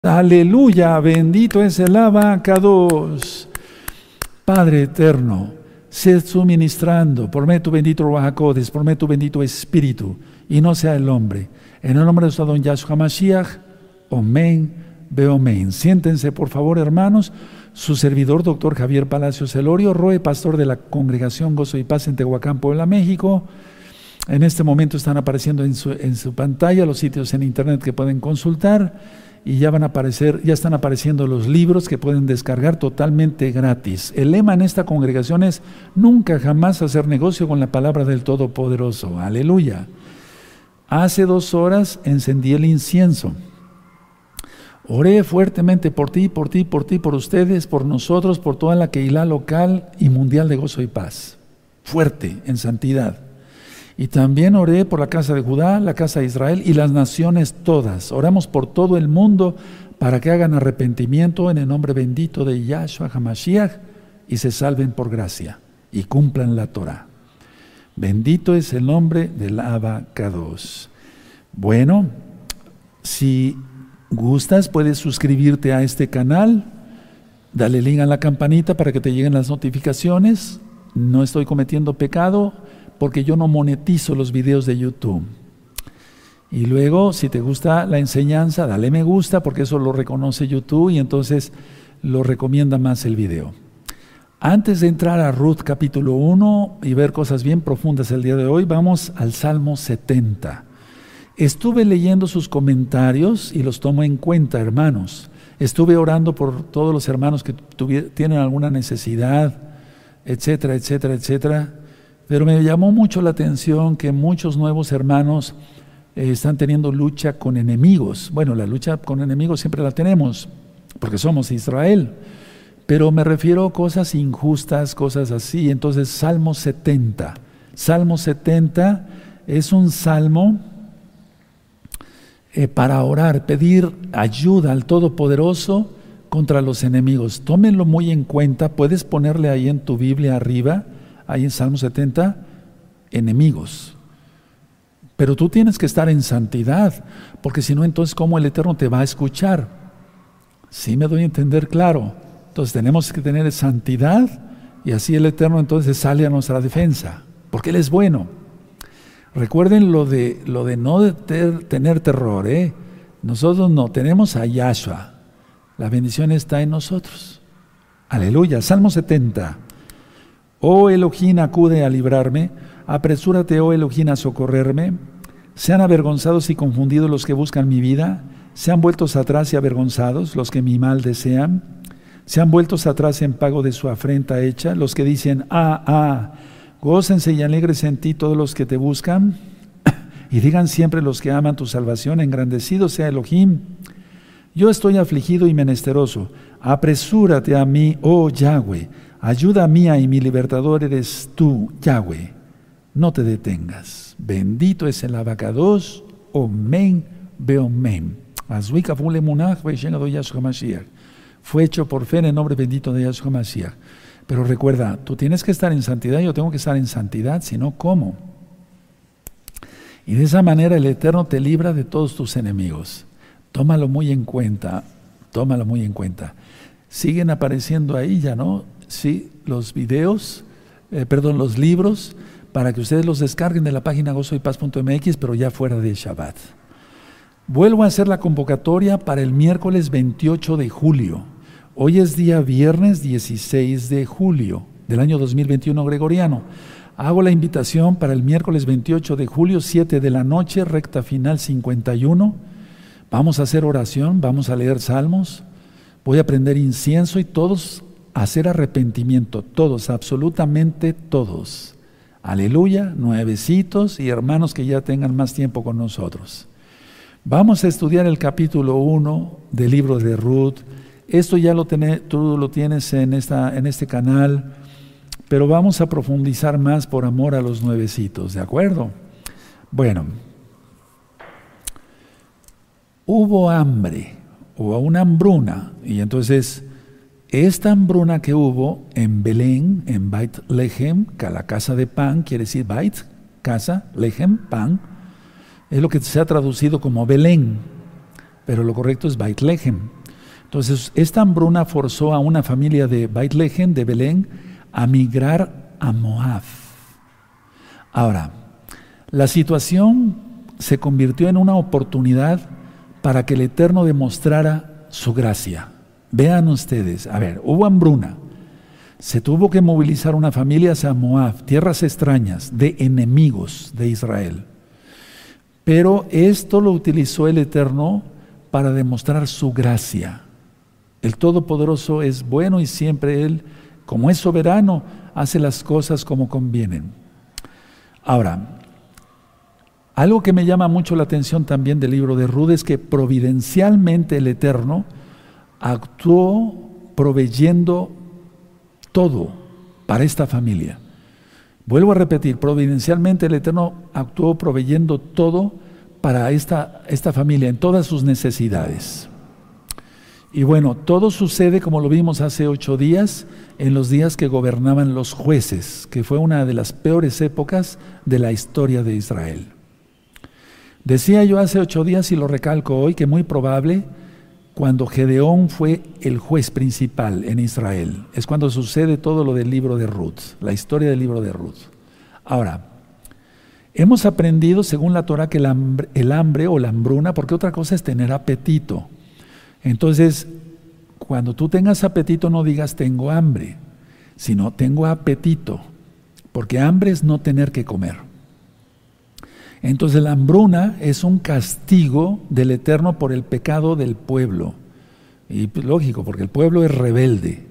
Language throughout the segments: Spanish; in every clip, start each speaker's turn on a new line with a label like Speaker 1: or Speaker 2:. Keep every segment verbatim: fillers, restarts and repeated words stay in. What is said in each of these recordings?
Speaker 1: Aleluya, bendito es el abacados. Padre eterno, sed suministrando, por medio de tu bendito Ruach HaKodesh, por medio de tu bendito Espíritu, y no sea el hombre. En el nombre de nuestro don Yahshua Mashiach, Omen, Beomen. Siéntense, por favor, hermanos. Su servidor, doctor Javier Palacios Elorio, Roe, pastor de la Congregación Gozo y Paz en Tehuacán, Puebla, México. En este momento están apareciendo en su, en su pantalla los sitios en internet que pueden consultar. Y ya van a aparecer, ya están apareciendo los libros que pueden descargar totalmente gratis. El lema en esta congregación es nunca jamás hacer negocio con la palabra del Todopoderoso. Aleluya. Hace dos horas encendí el incienso. Oré fuertemente por ti, por ti, por ti, por ustedes, por nosotros, por toda la Keilah local y mundial de Gozo y Paz. Fuerte, en santidad. Y también oré por la casa de Judá, la casa de Israel y las naciones todas. Oramos por todo el mundo para que hagan arrepentimiento en el nombre bendito de Yahshua HaMashiach y se salven por gracia y cumplan la Torah. Bendito es el nombre del abacados. Bueno, si gustas puedes suscribirte a este canal, dale link a la campanita para que te lleguen las notificaciones. No estoy cometiendo pecado, porque yo no monetizo los videos de YouTube. Y luego, si te gusta la enseñanza, dale me gusta, porque eso lo reconoce YouTube y entonces lo recomienda más el video. Antes de entrar a Ruth capítulo uno y ver cosas bien profundas el día de hoy, vamos al Salmo setenta. Estuve leyendo sus comentarios y los tomo en cuenta, hermanos. Estuve orando por todos los hermanos que tienen alguna necesidad, etcétera, etcétera, etcétera. Pero me llamó mucho la atención que muchos nuevos hermanos eh, están teniendo lucha con enemigos. Bueno, la lucha con enemigos siempre la tenemos, porque somos Israel. Pero me refiero a cosas injustas, cosas así. Entonces, Salmo setenta. Salmo setenta es un salmo eh, para orar, pedir ayuda al Todopoderoso contra los enemigos. Tómenlo muy en cuenta. Puedes ponerle ahí en tu Biblia arriba, ahí en Salmo setenta, enemigos. Pero tú tienes que estar en santidad, porque si no, entonces, ¿cómo el Eterno te va a escuchar? ¿Sí me doy a entender claro? Entonces tenemos que tener santidad y así el Eterno entonces sale a nuestra defensa, porque Él es bueno. Recuerden lo de, lo de no de ter, tener terror, ¿eh? Nosotros no, tenemos a Yahshua. La bendición está en nosotros. Aleluya. Salmo setenta. Oh Elohim, acude a librarme, apresúrate, oh Elohim, a socorrerme. Sean avergonzados y confundidos los que buscan mi vida, sean vueltos atrás y avergonzados los que mi mal desean, sean vueltos atrás en pago de su afrenta hecha, los que dicen, ah, ah, gócense y alegres en ti todos los que te buscan, y digan siempre los que aman tu salvación, engrandecido sea Elohim. Yo estoy afligido y menesteroso, apresúrate a mí, oh Yahweh. Ayuda mía y mi libertador eres tú, Yahweh. No te detengas. Bendito es el abacados, Omen, Beomen. Azwika fule munach, veshengado Yahshua Mashiach. Fue hecho por fe en el nombre bendito de Yahshua Mashiach. Pero recuerda, tú tienes que estar en santidad, yo tengo que estar en santidad, si no, ¿cómo? Y de esa manera el Eterno te libra de todos tus enemigos. Tómalo muy en cuenta, tómalo muy en cuenta. Siguen apareciendo ahí ya, ¿no? Sí, los videos, eh, perdón, los libros, para que ustedes los descarguen de la página gozo y paz punto m x, pero ya fuera de Shabbat. Vuelvo a hacer la convocatoria para el miércoles veintiocho de julio. Hoy es día viernes dieciséis de julio del año dos mil veintiuno gregoriano. Hago la invitación para el miércoles veintiocho de julio, siete de la noche, recta final cincuenta y uno. Vamos a hacer oración, vamos a leer salmos, voy a prender incienso y todos hacer arrepentimiento, todos, absolutamente todos. Aleluya, nuevecitos y hermanos que ya tengan más tiempo con nosotros. Vamos a estudiar el capítulo uno del libro de Ruth. Esto ya lo tenés, tú lo tienes en, esta, en este canal, pero vamos a profundizar más por amor a los nuevecitos, ¿de acuerdo? Bueno, hubo hambre, hubo una hambruna, y entonces esta hambruna que hubo en Belén, en Beit Lehem, que la casa de pan, quiere decir Beit, casa, Lehem, pan, es lo que se ha traducido como Belén. pero lo correcto es Beit Lehem. Entonces, esta hambruna forzó a una familia de Beit Lehem, de Belén, a migrar a Moab. Ahora, la situación se convirtió en una oportunidad para que el Eterno demostrara su gracia. Vean ustedes, a ver, hubo hambruna, se tuvo que movilizar una familia hacia Moab, tierras extrañas, de enemigos de Israel. Pero esto lo utilizó el Eterno para demostrar su gracia. El Todopoderoso es bueno y siempre Él, como es soberano, hace las cosas como convienen. Ahora, algo que me llama mucho la atención también del libro de Ruth es que providencialmente el Eterno actuó proveyendo todo para esta familia. Vuelvo a repetir, providencialmente el Eterno actuó proveyendo todo para esta, esta familia en todas sus necesidades. Y bueno, todo sucede como lo vimos hace ocho días, en los días que gobernaban los jueces, que fue una de las peores épocas de la historia de Israel. Decía yo hace ocho días y lo recalco hoy que muy probable cuando Gedeón fue el juez principal en Israel. Es cuando sucede todo lo del libro de Ruth, la historia del libro de Ruth. Ahora, hemos aprendido según la Torah que el hambre, el hambre o la hambruna, porque otra cosa es tener apetito. Entonces, cuando tú tengas apetito no digas tengo hambre, sino tengo apetito, porque hambre es no tener que comer. Entonces la hambruna es un castigo del Eterno por el pecado del pueblo. Y lógico, porque el pueblo es rebelde.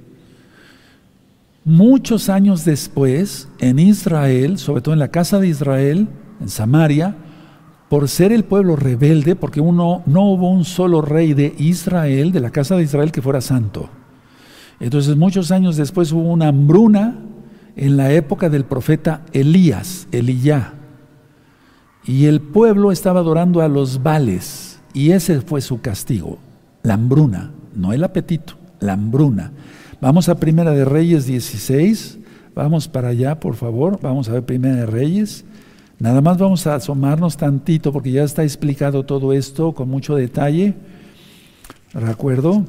Speaker 1: Muchos años después, en Israel, sobre todo en la casa de Israel, en Samaria, por ser el pueblo rebelde, porque uno, no hubo un solo rey de Israel, de la casa de Israel, que fuera santo. Entonces muchos años después hubo una hambruna en la época del profeta Elías, Eliyá. Y el pueblo estaba adorando a los Baales, y ese fue su castigo, la hambruna, no el apetito, la hambruna. Vamos a Primera de Reyes dieciséis, vamos para allá por favor, vamos a ver Primera de Reyes. Nada más vamos a asomarnos tantito porque ya está explicado todo esto con mucho detalle, ¿de acuerdo?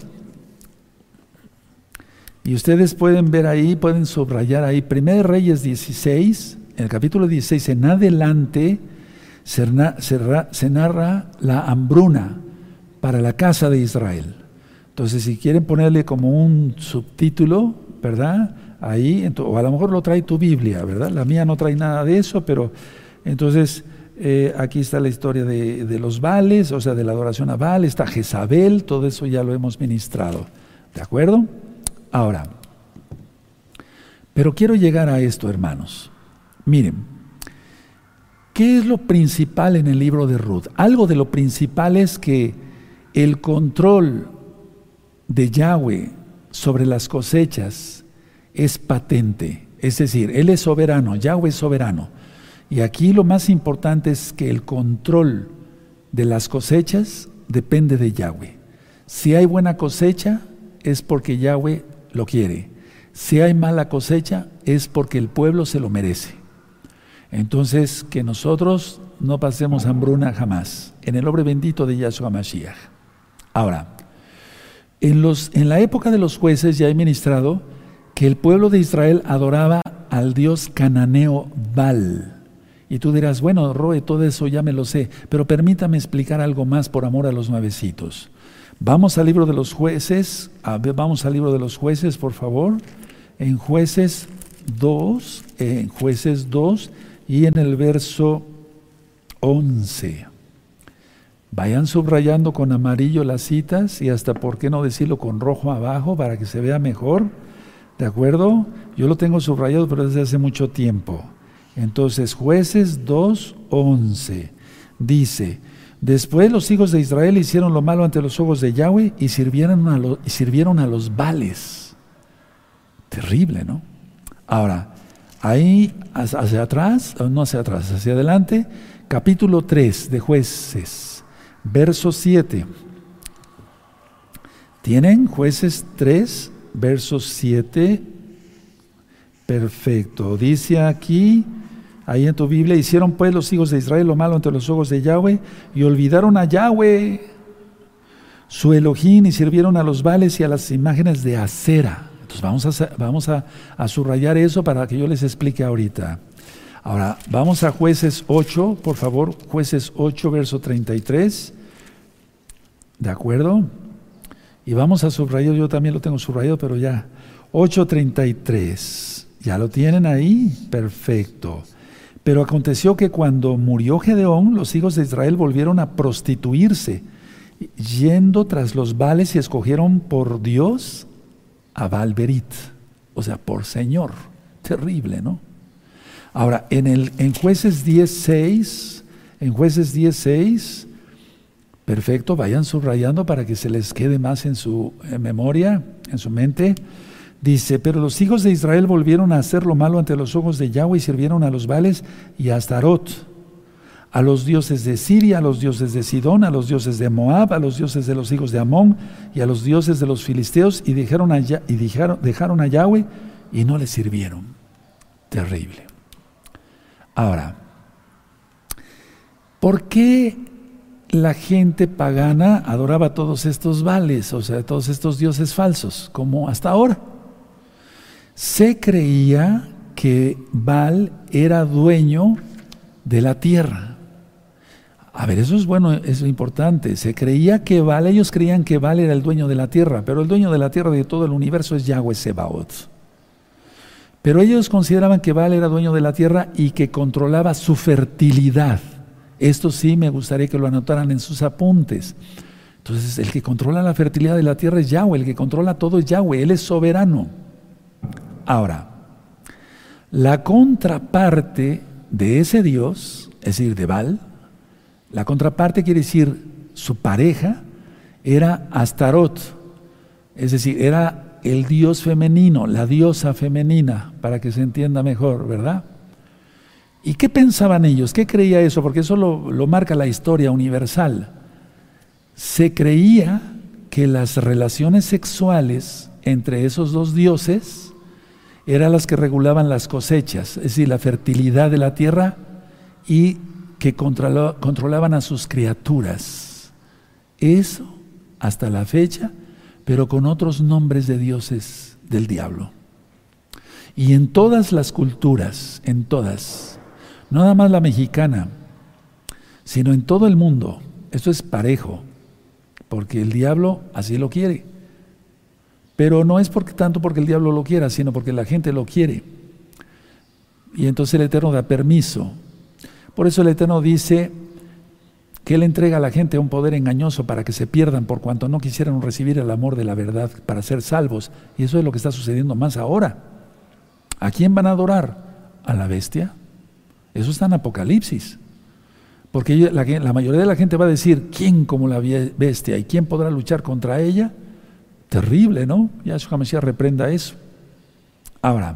Speaker 1: Y ustedes pueden ver ahí, pueden subrayar ahí, Primera de Reyes dieciséis, en el capítulo dieciséis en adelante, Se, se, se narra la hambruna para la casa de Israel. Entonces, si quieren ponerle como un subtítulo, ¿verdad? Ahí, o a lo mejor lo trae tu Biblia, ¿verdad? La mía no trae nada de eso, pero entonces eh, aquí está la historia de, de los Baales, o sea, de la adoración a Baal, está Jezabel, todo eso ya lo hemos ministrado, ¿de acuerdo? Ahora, pero quiero llegar a esto, hermanos. Miren, ¿qué es lo principal en el libro de Ruth? Algo de lo principal es que el control de Yahweh sobre las cosechas es patente. Es decir, Él es soberano, Yahweh es soberano. Y aquí lo más importante es que el control de las cosechas depende de Yahweh. Si hay buena cosecha, es porque Yahweh lo quiere. Si hay mala cosecha, es porque el pueblo se lo merece. Entonces, que nosotros no pasemos hambruna jamás, en el nombre bendito de Yahshua Mashiach. Ahora, en, los, en la época de los jueces ya he ministrado que el pueblo de Israel adoraba al dios cananeo Baal. Y tú dirás, bueno, Roe, todo eso ya me lo sé, pero permítame explicar algo más por amor a los nuevecitos. Vamos al libro de los jueces, a ver, vamos al libro de los jueces, por favor, en Jueces dos, en Jueces dos, y en el verso once. Vayan subrayando con amarillo las citas y hasta, ¿por qué no decirlo con rojo abajo para que se vea mejor? ¿De acuerdo? Yo lo tengo subrayado, pero desde hace mucho tiempo. Entonces, Jueces dos, once. Dice, después los hijos de Israel hicieron lo malo ante los ojos de Yahweh y sirvieron a, lo, y sirvieron a los Baales. Terrible, ¿no? Ahora, ahí hacia atrás, no hacia atrás, hacia adelante, capítulo tres de Jueces, verso siete. ¿Tienen Jueces tres, verso siete? Perfecto. Dice aquí, ahí en tu Biblia, hicieron pues los hijos de Israel lo malo ante los ojos de Yahweh y olvidaron a Yahweh. su Elohim, y sirvieron a los Baales y a las imágenes de acera. Entonces vamos a, vamos a, a subrayar eso para que yo les explique ahorita. Ahora, vamos a Jueces ocho, por favor, Jueces ocho, verso treinta y tres. ¿De acuerdo? Y vamos a subrayar, yo también lo tengo subrayado, pero ya. ocho treinta y tres. ¿Ya lo tienen ahí? Perfecto. Pero aconteció que cuando murió Gedeón, los hijos de Israel volvieron a prostituirse, yendo tras los Baales, y escogieron por Dios a Baal-Berit, o sea, por Señor. Terrible, ¿no? Ahora, en, el, en Jueces diez seis, en Jueces diez seis, perfecto, vayan subrayando para que se les quede más en su en memoria, en su mente. Dice, pero los hijos de Israel volvieron a hacer lo malo ante los ojos de Yahweh y sirvieron a los Baales y a Astarot, a los dioses de Siria, a los dioses de Sidón, a los dioses de Moab, a los dioses de los hijos de Amón y a los dioses de los filisteos, y, dejaron a, y dejaron, dejaron a Yahweh y no le sirvieron. Terrible. Ahora, ¿por qué la gente pagana adoraba a todos estos Baales, o sea, a todos estos dioses falsos, como hasta ahora? Se creía que Baal era dueño de la tierra. A ver, eso es bueno, eso es importante. Se creía que Baal, ellos creían que Baal era el dueño de la tierra, pero el dueño de la tierra de todo el universo es Yahweh Sebaot. Pero ellos consideraban que Baal era dueño de la tierra y que controlaba su fertilidad. Esto sí me gustaría que lo anotaran en sus apuntes. Entonces, el que controla la fertilidad de la tierra es Yahweh, el que controla todo es Yahweh, Él es soberano. Ahora, la contraparte de ese Dios, es decir, de Baal, la contraparte quiere decir su pareja, era Astarot, es decir, era el dios femenino, la diosa femenina, para que se entienda mejor, ¿verdad? ¿Y qué pensaban ellos? ¿Qué creía eso? Porque eso lo, lo marca la historia universal. Se creía que las relaciones sexuales entre esos dos dioses eran las que regulaban las cosechas, es decir, la fertilidad de la tierra, y que controló, controlaban a sus criaturas. Eso, hasta la fecha, pero con otros nombres de dioses del diablo. Y en todas las culturas, en todas, no nada más la mexicana, sino en todo el mundo, esto es parejo, porque el diablo así lo quiere. Pero no es porque, tanto porque el diablo lo quiera, sino porque la gente lo quiere. Y entonces el Eterno da permiso. Por eso el Eterno dice que Él entrega a la gente un poder engañoso para que se pierdan por cuanto no quisieran recibir el amor de la verdad para ser salvos. Y eso es lo que está sucediendo más ahora. ¿A quién van a adorar? ¿A la bestia? Eso está en Apocalipsis. Porque la, la mayoría de la gente va a decir, ¿quién como la bestia? ¿Y quién podrá luchar contra ella? Terrible, ¿no? Yahshua Mashiach reprenda eso. Ahora,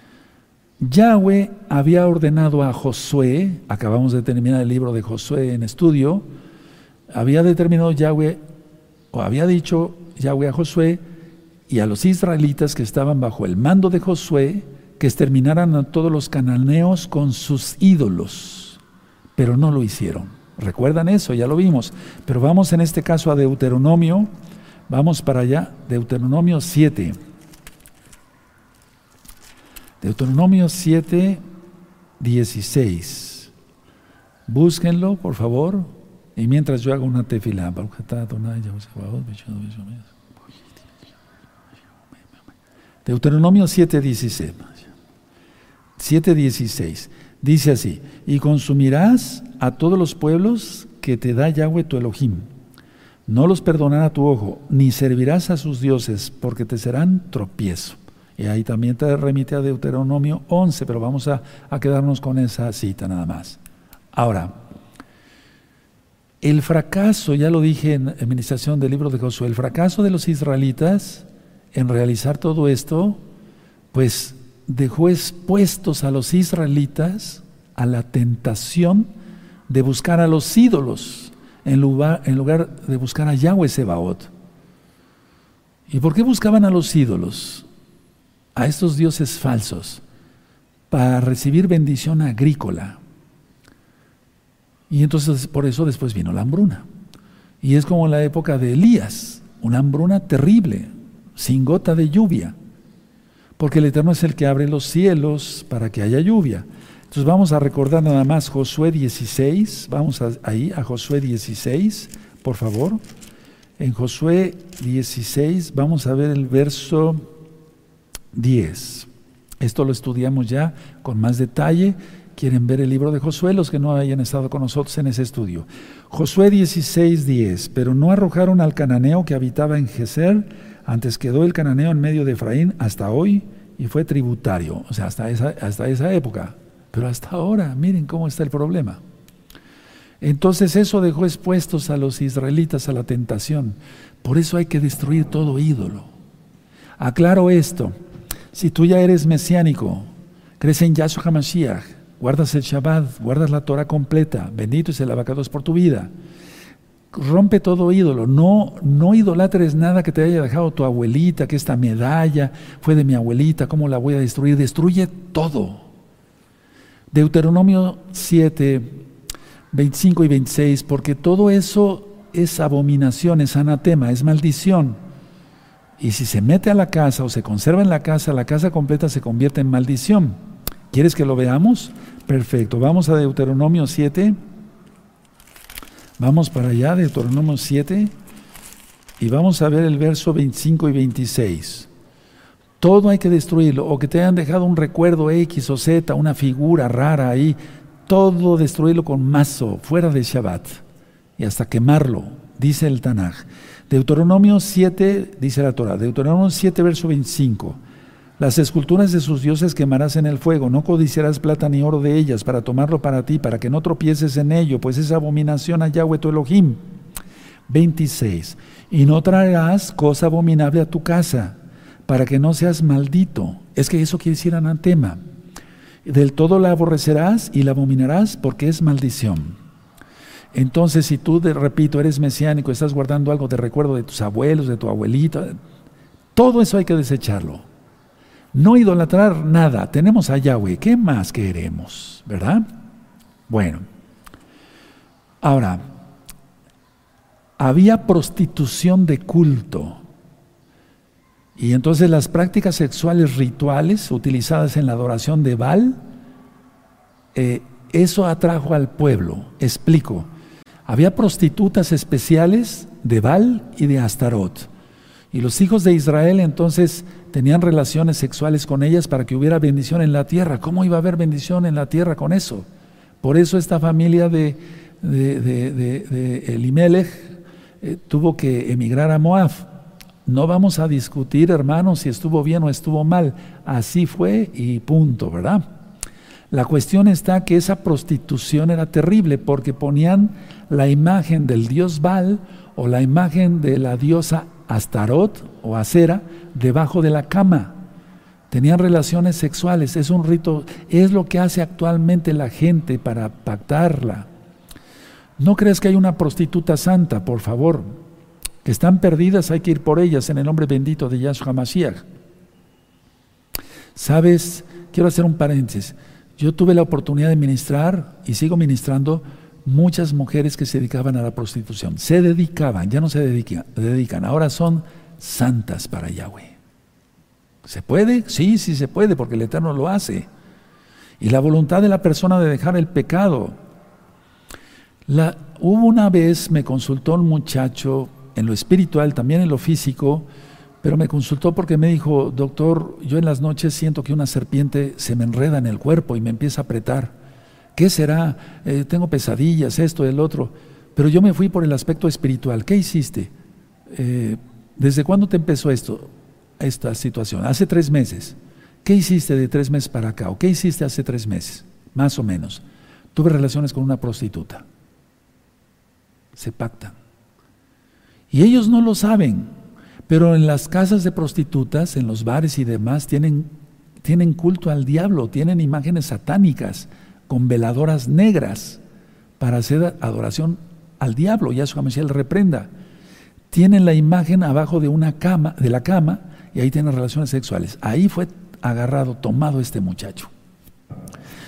Speaker 1: Yahweh había ordenado a Josué, acabamos de terminar el libro de Josué en estudio, había determinado Yahweh, o había dicho Yahweh a Josué y a los israelitas que estaban bajo el mando de Josué, que exterminaran a todos los cananeos con sus ídolos, pero no lo hicieron. ¿Recuerdan eso? Ya lo vimos. Pero vamos en este caso a Deuteronomio, vamos para allá, Deuteronomio siete. Deuteronomio siete, dieciséis. Búsquenlo, por favor, y mientras yo hago una tefilá. Deuteronomio siete, dieciséis. siete, dieciséis. Dice así: y consumirás a todos los pueblos que te da Yahweh tu Elohim. No los perdonará tu ojo, ni servirás a sus dioses, porque te serán tropiezo. Y ahí también te remite a Deuteronomio once, pero vamos a, a quedarnos con esa cita nada más. Ahora, el fracaso, ya lo dije en administración del libro de Josué, el fracaso de los israelitas en realizar todo esto, pues dejó expuestos a los israelitas a la tentación de buscar a los ídolos en lugar, en lugar de buscar a Yahweh Sebaot. ¿Y por qué buscaban a los ídolos? A estos dioses falsos, para recibir bendición agrícola. Y entonces por eso después vino la hambruna. Y es como en la época de Elías, una hambruna terrible, sin gota de lluvia, porque el Eterno es el que abre los cielos para que haya lluvia. Entonces vamos a recordar nada más Josué dieciséis, vamos a, ahí a Josué dieciséis, por favor. En Josué dieciséis vamos a ver el verso diez. Esto lo estudiamos ya con más detalle. ¿Quieren ver el libro de Josué? Los que no hayan estado con nosotros en ese estudio. Josué dieciséis, diez. Pero no arrojaron al cananeo que habitaba en Geser, antes quedó el cananeo en medio de Efraín hasta hoy y fue tributario. O sea, hasta esa, hasta esa época. Pero hasta ahora, miren cómo está el problema. Entonces eso dejó expuestos a los israelitas a la tentación. Por eso hay que destruir todo ídolo. Aclaro esto. Si tú ya eres mesiánico, crees en Yahshua HaMashiach, guardas el Shabbat, guardas la Torah completa, bendito es el abacados por tu vida. Rompe todo ídolo, no, no idolatres nada que te haya dejado tu abuelita, que esta medalla fue de mi abuelita, ¿cómo la voy a destruir? Destruye todo. Deuteronomio siete, veinticinco y veintiséis, porque todo eso es abominación, es anatema, es maldición. Y si se mete a la casa o se conserva en la casa, la casa completa se convierte en maldición. ¿Quieres que lo veamos? Perfecto, vamos a Deuteronomio siete. Vamos para allá, Deuteronomio siete, y vamos a ver el verso veinticinco y veintiséis. Todo hay que destruirlo, o que te hayan dejado un recuerdo X o Z, una figura rara ahí, todo destruirlo con mazo, fuera de Shabbat, y hasta quemarlo, dice el Tanaj. Deuteronomio siete, dice la Torah, Deuteronomio siete, verso veinticinco. Las esculturas de sus dioses quemarás en el fuego, no codiciarás plata ni oro de ellas para tomarlo para ti, para que no tropieces en ello, pues es abominación a Yahweh tu Elohim. veintiséis. Y no traerás cosa abominable a tu casa, para que no seas maldito. Es que eso quiere decir anatema. Del todo la aborrecerás y la abominarás porque es maldición. Entonces, si tú, de, repito, eres mesiánico, estás guardando algo de recuerdo de tus abuelos, de tu abuelita, todo eso hay que desecharlo. No idolatrar nada. Tenemos a Yahweh. ¿Qué más queremos? ¿Verdad? Bueno. Ahora, había prostitución de culto. Y entonces las prácticas sexuales rituales utilizadas en la adoración de Baal, eh, eso atrajo al pueblo. Explico. Había prostitutas especiales de Baal y de Astarot. Y los hijos de Israel entonces tenían relaciones sexuales con ellas para que hubiera bendición en la tierra. ¿Cómo iba a haber bendición en la tierra con eso? Por eso esta familia de, de, de, de, de Elimelech eh, tuvo que emigrar a Moab. No vamos a discutir, hermanos, si estuvo bien o estuvo mal. Así fue y punto, ¿verdad? La cuestión está que esa prostitución era terrible porque ponían la imagen del dios Baal o la imagen de la diosa Astarot o Acera debajo de la cama. Tenían relaciones sexuales. Es un rito, es lo que hace actualmente la gente para pactarla. No creas que hay una prostituta santa, por favor. Que están perdidas, hay que ir por ellas en el nombre bendito de Yahshua Mashiach. ¿Sabes? Quiero hacer un paréntesis. Yo tuve la oportunidad de ministrar y sigo ministrando muchas mujeres que se dedicaban a la prostitución. Se dedicaban, ya no se dedican, dedican, ahora son santas para Yahweh. ¿Se puede? Sí, sí se puede, porque el Eterno lo hace. Y la voluntad de la persona de dejar el pecado. La, hubo una vez, me consultó un muchacho en lo espiritual, también en lo físico, pero me consultó porque me dijo, doctor, yo en las noches siento que una serpiente se me enreda en el cuerpo y me empieza a apretar. ¿Qué será? Eh, tengo pesadillas, esto, el otro. Pero yo me fui por el aspecto espiritual. ¿Qué hiciste? Eh, ¿Desde cuándo te empezó esto, esta situación? Hace tres meses. ¿Qué hiciste de tres meses para acá? ¿O qué hiciste hace tres meses? Más o menos. Tuve relaciones con una prostituta. Se pactan. Y ellos no lo saben, pero en las casas de prostitutas, en los bares y demás, tienen, tienen culto al diablo, tienen imágenes satánicas con veladoras negras para hacer adoración al diablo. Yahshua Mashiach le reprenda. Tienen la imagen abajo de una cama, de la cama, y ahí tienen relaciones sexuales. Ahí fue agarrado, tomado este muchacho.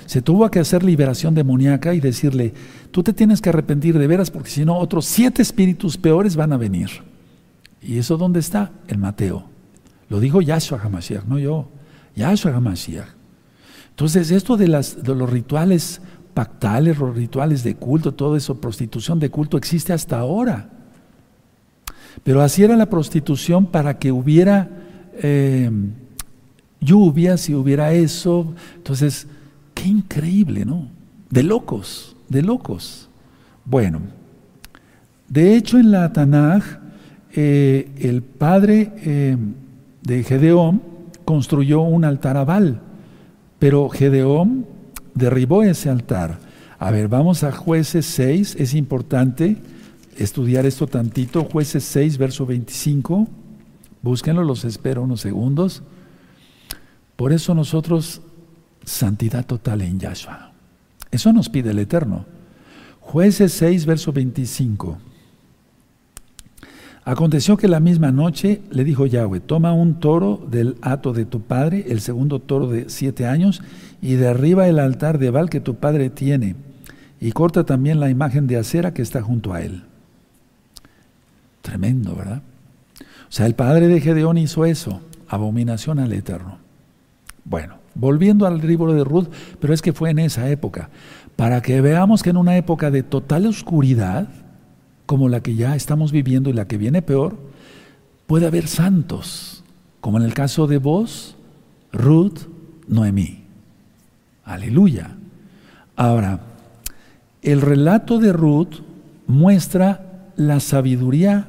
Speaker 1: Se tuvo que hacer liberación demoníaca y decirle, tú te tienes que arrepentir de veras porque si no otros siete espíritus peores van a venir. ¿Y eso dónde está? En Mateo. Lo dijo Yahshua HaMashiach, no yo. Yahshua HaMashiach. Entonces esto de, las, de los rituales pactales, los rituales de culto, todo eso, prostitución de culto existe hasta ahora. Pero así era la prostitución para que hubiera eh, lluvia, si hubiera eso. Entonces, qué increíble, ¿no? De locos, de locos. Bueno, de hecho en la Tanaj, eh, el padre eh, de Gedeón construyó un altar a Baal, pero Gedeón derribó ese altar. A ver, vamos a Jueces seis, es importante estudiar esto tantito. Jueces seis, verso veinticinco, búsquenlo, los espero unos segundos. Por eso nosotros, santidad total en Yahshua. Eso nos pide el Eterno. Jueces seis, verso veinticinco. Aconteció que la misma noche le dijo Yahweh, toma un toro del hato de tu padre, el segundo toro de siete años, y derriba el altar de Baal que tu padre tiene, y corta también la imagen de acera que está junto a él. Tremendo, ¿verdad? O sea, el padre de Gedeón hizo eso, abominación al Eterno. Bueno, volviendo al libro de Ruth, pero es que fue en esa época, para que veamos que en una época de total oscuridad, como la que ya estamos viviendo y la que viene peor, puede haber santos, como en el caso de Boz, Ruth, Noemí. Aleluya. Ahora, el relato de Ruth muestra la sabiduría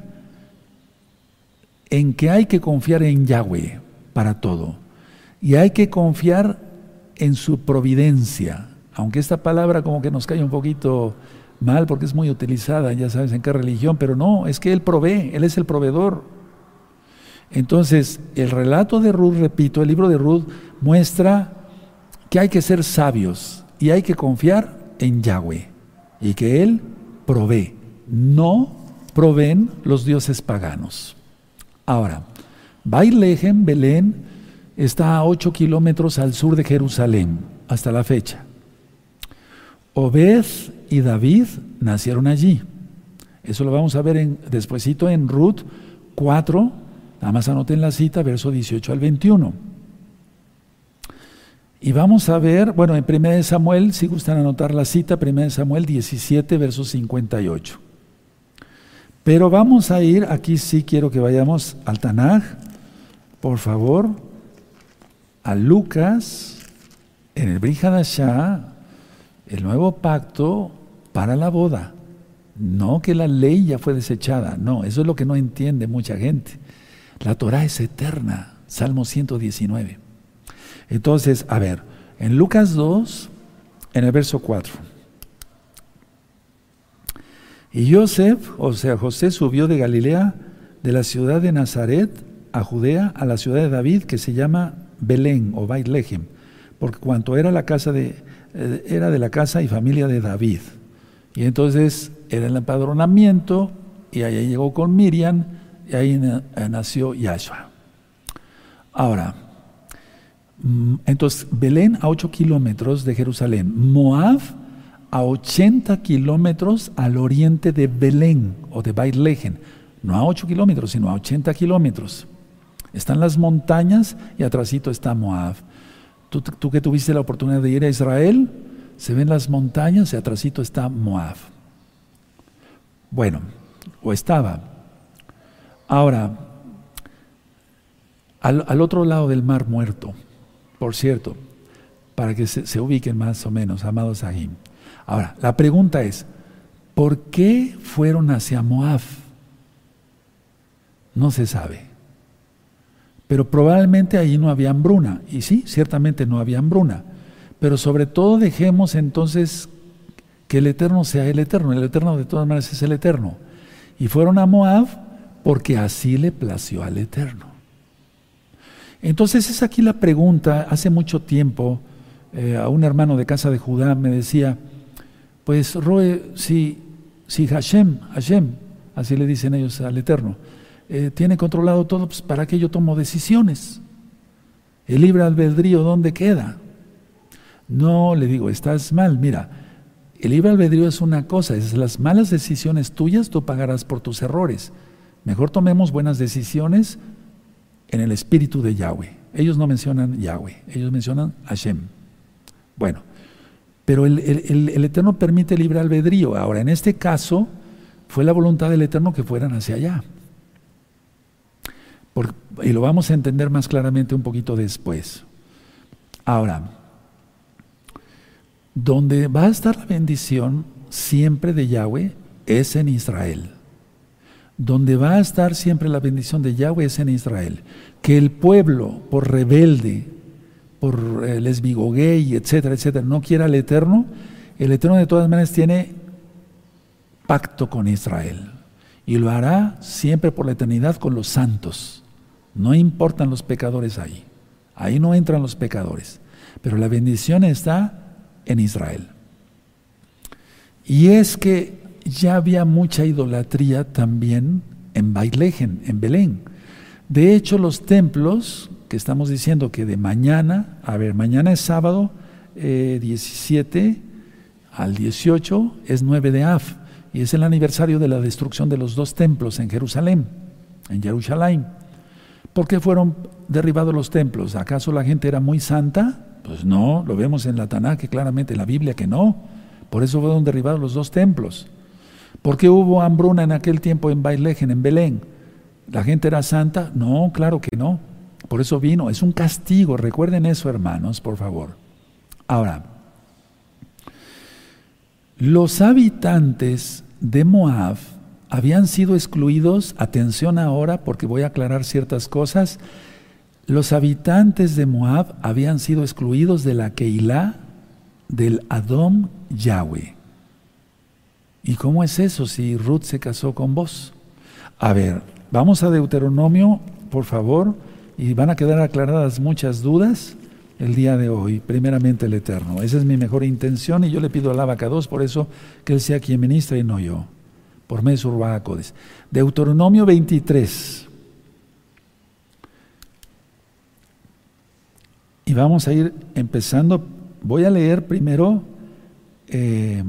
Speaker 1: en que hay que confiar en Yahweh para todo. Y hay que confiar en su providencia, aunque esta palabra como que nos cae un poquito mal porque es muy utilizada, ya sabes en qué religión, pero no, es que Él provee, Él es el proveedor. Entonces, el relato de Ruth, repito, el libro de Ruth muestra que hay que ser sabios y hay que confiar en Yahweh y que Él provee, no proveen los dioses paganos. Ahora, Beit-Lehem, Belén, está a ocho kilómetros al sur de Jerusalén, hasta la fecha. Obed y David nacieron allí. Eso lo vamos a ver en, despuesito en Ruth cuatro, nada más anoten la cita, verso dieciocho al veintiuno. Y vamos a ver, bueno, en primera de Samuel, si gustan anotar la cita, primera de Samuel diecisiete, verso cincuenta y ocho. Pero vamos a ir, aquí sí quiero que vayamos al Tanaj, por favor, a Lucas, en el Brit Hadashah, el nuevo pacto para la boda. No que la ley ya fue desechada, no, eso es lo que no entiende mucha gente. La Torah es eterna, Salmo ciento diecinueve. Entonces, a ver, en Lucas dos, en el verso cuatro. Y Yosef, o sea, José subió de Galilea, de la ciudad de Nazaret a Judea, a la ciudad de David, que se llama Belén o Beit-Lehem, porque cuanto era la casa de, eh, era de la casa y familia de David. Y entonces era el empadronamiento, y ahí llegó con Miriam, y ahí nació Yahshua. Ahora, entonces Belén a ocho kilómetros de Jerusalén, Moab a ochenta kilómetros al oriente de Belén o de Beit-Lehem, no a ocho kilómetros, sino a ochenta kilómetros. Están las montañas y atrásito está Moab. Tú, tú que tuviste la oportunidad de ir a Israel, se ven las montañas y atrásito está Moab. Bueno, o estaba. Ahora, al, al otro lado del Mar Muerto, por cierto, para que se, se ubiquen más o menos, amados Ahim. Ahora, la pregunta es, ¿por qué fueron hacia Moab? No se sabe. Pero probablemente ahí no había hambruna. Y sí, ciertamente no había hambruna. Pero sobre todo dejemos entonces que el Eterno sea el Eterno. El Eterno de todas maneras es el Eterno. Y fueron a Moab porque así le plació al Eterno. Entonces es aquí la pregunta. Hace mucho tiempo eh, a un hermano de casa de Judá me decía, pues Roe, si, si Hashem, Hashem, así le dicen ellos al Eterno, eh, tiene controlado todo, pues ¿para qué yo tomo decisiones? El libre albedrío, ¿dónde queda? No, le digo, estás mal. Mira, el libre albedrío es una cosa, es las malas decisiones tuyas, tú pagarás por tus errores. Mejor tomemos buenas decisiones en el espíritu de Yahweh. Ellos no mencionan Yahweh, ellos mencionan Hashem. Bueno, pero el, el, el Eterno permite libre albedrío. Ahora, en este caso, fue la voluntad del Eterno que fueran hacia allá. Por, y lo vamos a entender más claramente un poquito después. Ahora, donde va a estar la bendición siempre de Yahweh es en Israel. Donde va a estar siempre la bendición de Yahweh es en Israel. Que el pueblo, por rebelde, por eh, lesbigoguey, etcétera, etcétera, no quiera al Eterno, el Eterno de todas maneras tiene pacto con Israel. Y lo hará siempre por la eternidad con los santos. No importan los pecadores ahí. Ahí no entran los pecadores. Pero la bendición está en Israel. Y es que ya había mucha idolatría también en Baitlehen, en Belén. De hecho, los templos que estamos diciendo que de mañana, a ver, mañana es sábado eh, diecisiete al dieciocho, es nueve de Av, y es el aniversario de la destrucción de los dos templos en Jerusalén, en Jerusalén. ¿Por qué fueron derribados los templos? ¿Acaso la gente era muy santa? Pues no, lo vemos en la Tanaj, que claramente en la Biblia que no. Por eso fueron derribados los dos templos. ¿Por qué hubo hambruna en aquel tiempo en Baitlehen, en Belén? ¿La gente era santa? No, claro que no. Por eso vino, es un castigo. Recuerden eso, hermanos, por favor. Ahora, los habitantes de Moab habían sido excluidos, atención ahora porque voy a aclarar ciertas cosas. Los habitantes de Moab habían sido excluidos de la Keilah del Adom Yahweh. ¿Y cómo es eso si Ruth se casó con vos? A ver, vamos a Deuteronomio, por favor, y van a quedar aclaradas muchas dudas el día de hoy, primeramente el Eterno. Esa es mi mejor intención y yo le pido al Abacados por eso que Él sea quien ministra y no yo, por medio de su Ruach HaKodesh. Deuteronomio veintitrés. Y vamos a ir empezando. Voy a leer primero eh,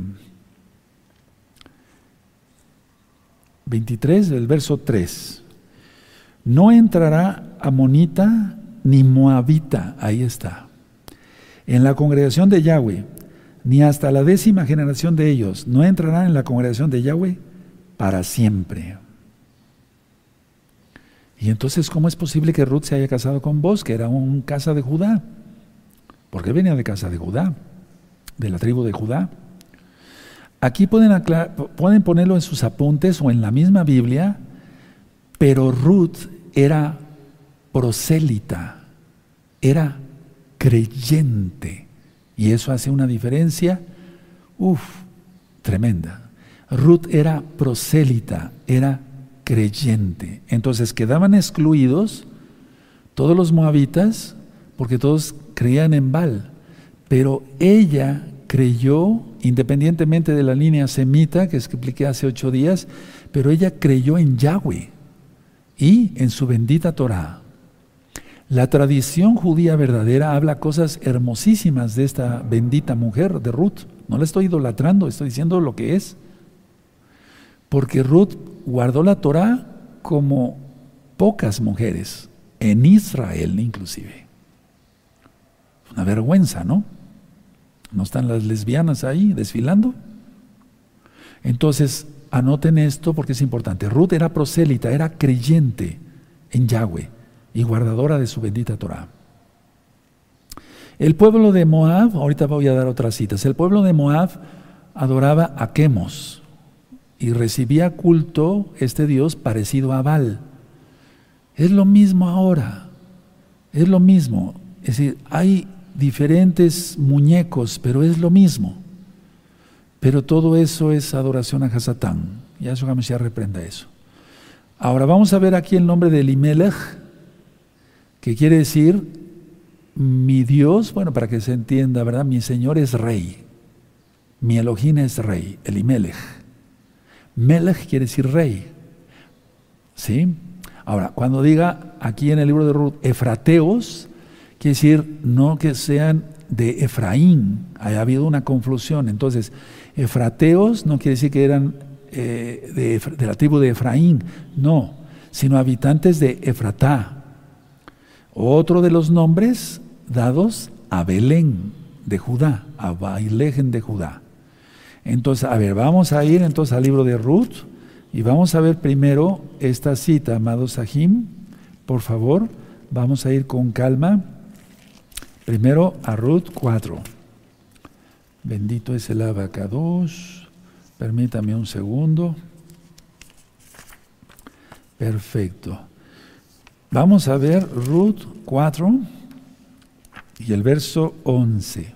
Speaker 1: veintitrés, del verso tres. No entrará amonita ni moabita, ahí está, en la congregación de Yahweh, ni hasta la décima generación de ellos. No entrarán en la congregación de Yahweh para siempre. Y entonces, ¿cómo es posible que Ruth se haya casado con vos, que era un casa de Judá? Porque venía de casa de Judá, de la tribu de Judá. Aquí pueden, aclarar, pueden ponerlo en sus apuntes o en la misma Biblia, pero Ruth era prosélita, era creyente. Y eso hace una diferencia, uff, tremenda. Ruth era prosélita, era creyente. Entonces quedaban excluidos todos los moabitas porque todos creían en Baal, pero ella creyó, independientemente de la línea semita que expliqué hace ocho días, pero ella creyó en Yahweh y en su bendita Torah. La tradición judía verdadera habla cosas hermosísimas de esta bendita mujer de Ruth. No la estoy idolatrando, estoy diciendo lo que es. Porque Ruth guardó la Torah como pocas mujeres, en Israel inclusive. Una vergüenza, ¿no? ¿No están las lesbianas ahí desfilando? Entonces, anoten esto porque es importante. Ruth era prosélita, era creyente en Yahweh y guardadora de su bendita Torah. El pueblo de Moab, ahorita voy a dar otras citas, el pueblo de Moab adoraba a Quemos y recibía culto este dios parecido a Baal. Es lo mismo ahora, es lo mismo. Es decir, hay diferentes muñecos, pero es lo mismo. Pero todo eso es adoración a Hasatán. Yahshua HaMashiach reprenda eso. Ahora vamos a ver aquí el nombre de Elimelech, que quiere decir mi Dios, bueno, para que se entienda, ¿verdad? Mi Señor es rey. Mi Elohim es rey, Elimelech. Melech quiere decir rey. ¿Sí? Ahora, cuando diga aquí en el libro de Ruth, efrateos, quiere decir no que sean de Efraín. Ha habido una confusión. Entonces, efrateos no quiere decir que eran eh, de, de la tribu de Efraín, no, sino habitantes de Efratá. Otro de los nombres dados a Belén de Judá, a Bailejen de Judá. Entonces, a ver, vamos a ir entonces al libro de Ruth y vamos a ver primero esta cita, amados Sahim, por favor, vamos a ir con calma. Primero a Ruth cuatro. Bendito es el abacados. Permítame un segundo. Perfecto. Vamos a ver Ruth cuatro y el verso once.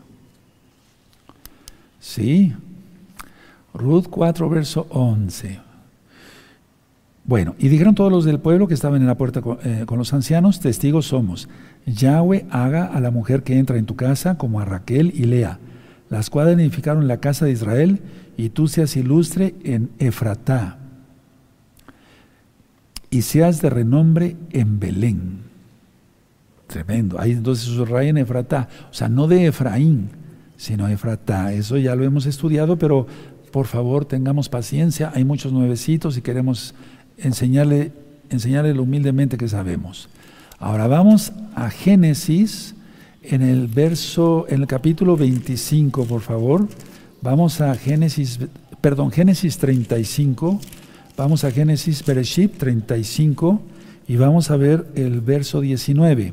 Speaker 1: Sí. Ruth cuatro, verso once. Bueno, y dijeron todos los del pueblo que estaban en la puerta con, eh, con los ancianos, testigos somos. Yahweh haga a la mujer que entra en tu casa como a Raquel y Lea, las cuales edificaron la casa de Israel, y tú seas ilustre en Efratá, y seas de renombre en Belén. Tremendo. Ahí entonces subraya en Efratá, o sea, no de Efraín, sino Efratá. Eso ya lo hemos estudiado, pero por favor tengamos paciencia. Hay muchos nuevecitos y queremos enseñarle, enseñarle humildemente que sabemos. Ahora vamos a Génesis, en el verso, en el capítulo veinticinco, por favor. Vamos a Génesis, perdón, Génesis treinta y cinco. Vamos a Génesis Bereshit treinta y cinco y vamos a ver el verso diecinueve.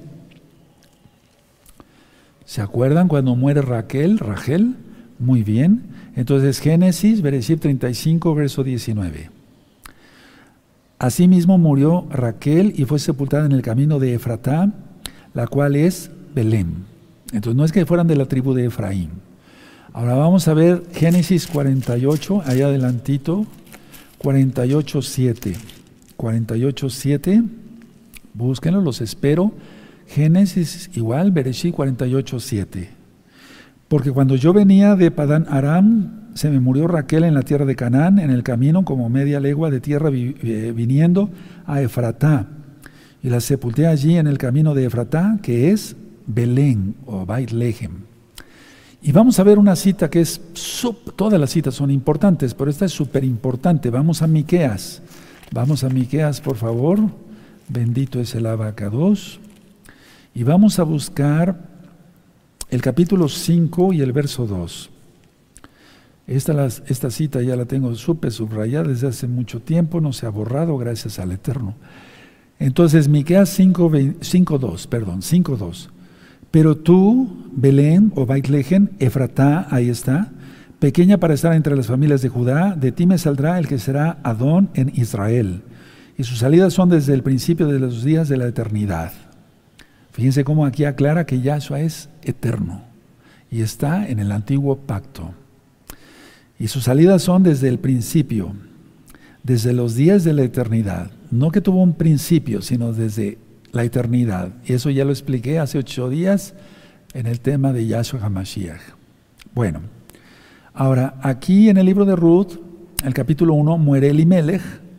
Speaker 1: ¿Se acuerdan cuando muere Raquel? Rachel, muy bien. Entonces Génesis Bereshit treinta y cinco, verso diecinueve. Asimismo murió Raquel y fue sepultada en el camino de Efratá, la cual es Belén. Entonces no es que fueran de la tribu de Efraín. Ahora vamos a ver Génesis cuarenta y ocho, allá adelantito, cuarenta y ocho, siete. cuarenta y ocho, siete, búsquenlo, los espero. Génesis igual, Bereshit cuarenta y ocho, siete. Porque cuando yo venía de Padán Aram, se me murió Raquel en la tierra de Canaán, en el camino como media legua de tierra vi, eh, viniendo a Efratá. Y la sepulté allí en el camino de Efratá, que es Belén o Bait-Lehem. Y vamos a ver una cita que es, sub, todas las citas son importantes, pero esta es súper importante. Vamos a Miqueas. Vamos a Miqueas, por favor. Bendito es el abacados. Y vamos a buscar el capítulo cinco y el verso dos. Esta, las, esta cita ya la tengo súper subrayada desde hace mucho tiempo, no se ha borrado gracias al Eterno. Entonces, Miqueas cinco dos, perdón, cinco dos. Pero tú, Belén o Bait-Lehem, Efratá, ahí está, pequeña para estar entre las familias de Judá, de ti me saldrá el que será Adón en Israel. Y sus salidas son desde el principio de los días de la eternidad. Fíjense cómo aquí aclara que Yahshua es eterno y está en el antiguo pacto. Y sus salidas son desde el principio, desde los días de la eternidad. No que tuvo un principio, sino desde la eternidad. Y eso ya lo expliqué hace ocho días en el tema de Yahshua HaMashiach. Bueno, ahora aquí en el libro de Ruth, el capítulo uno, muere Elimelech,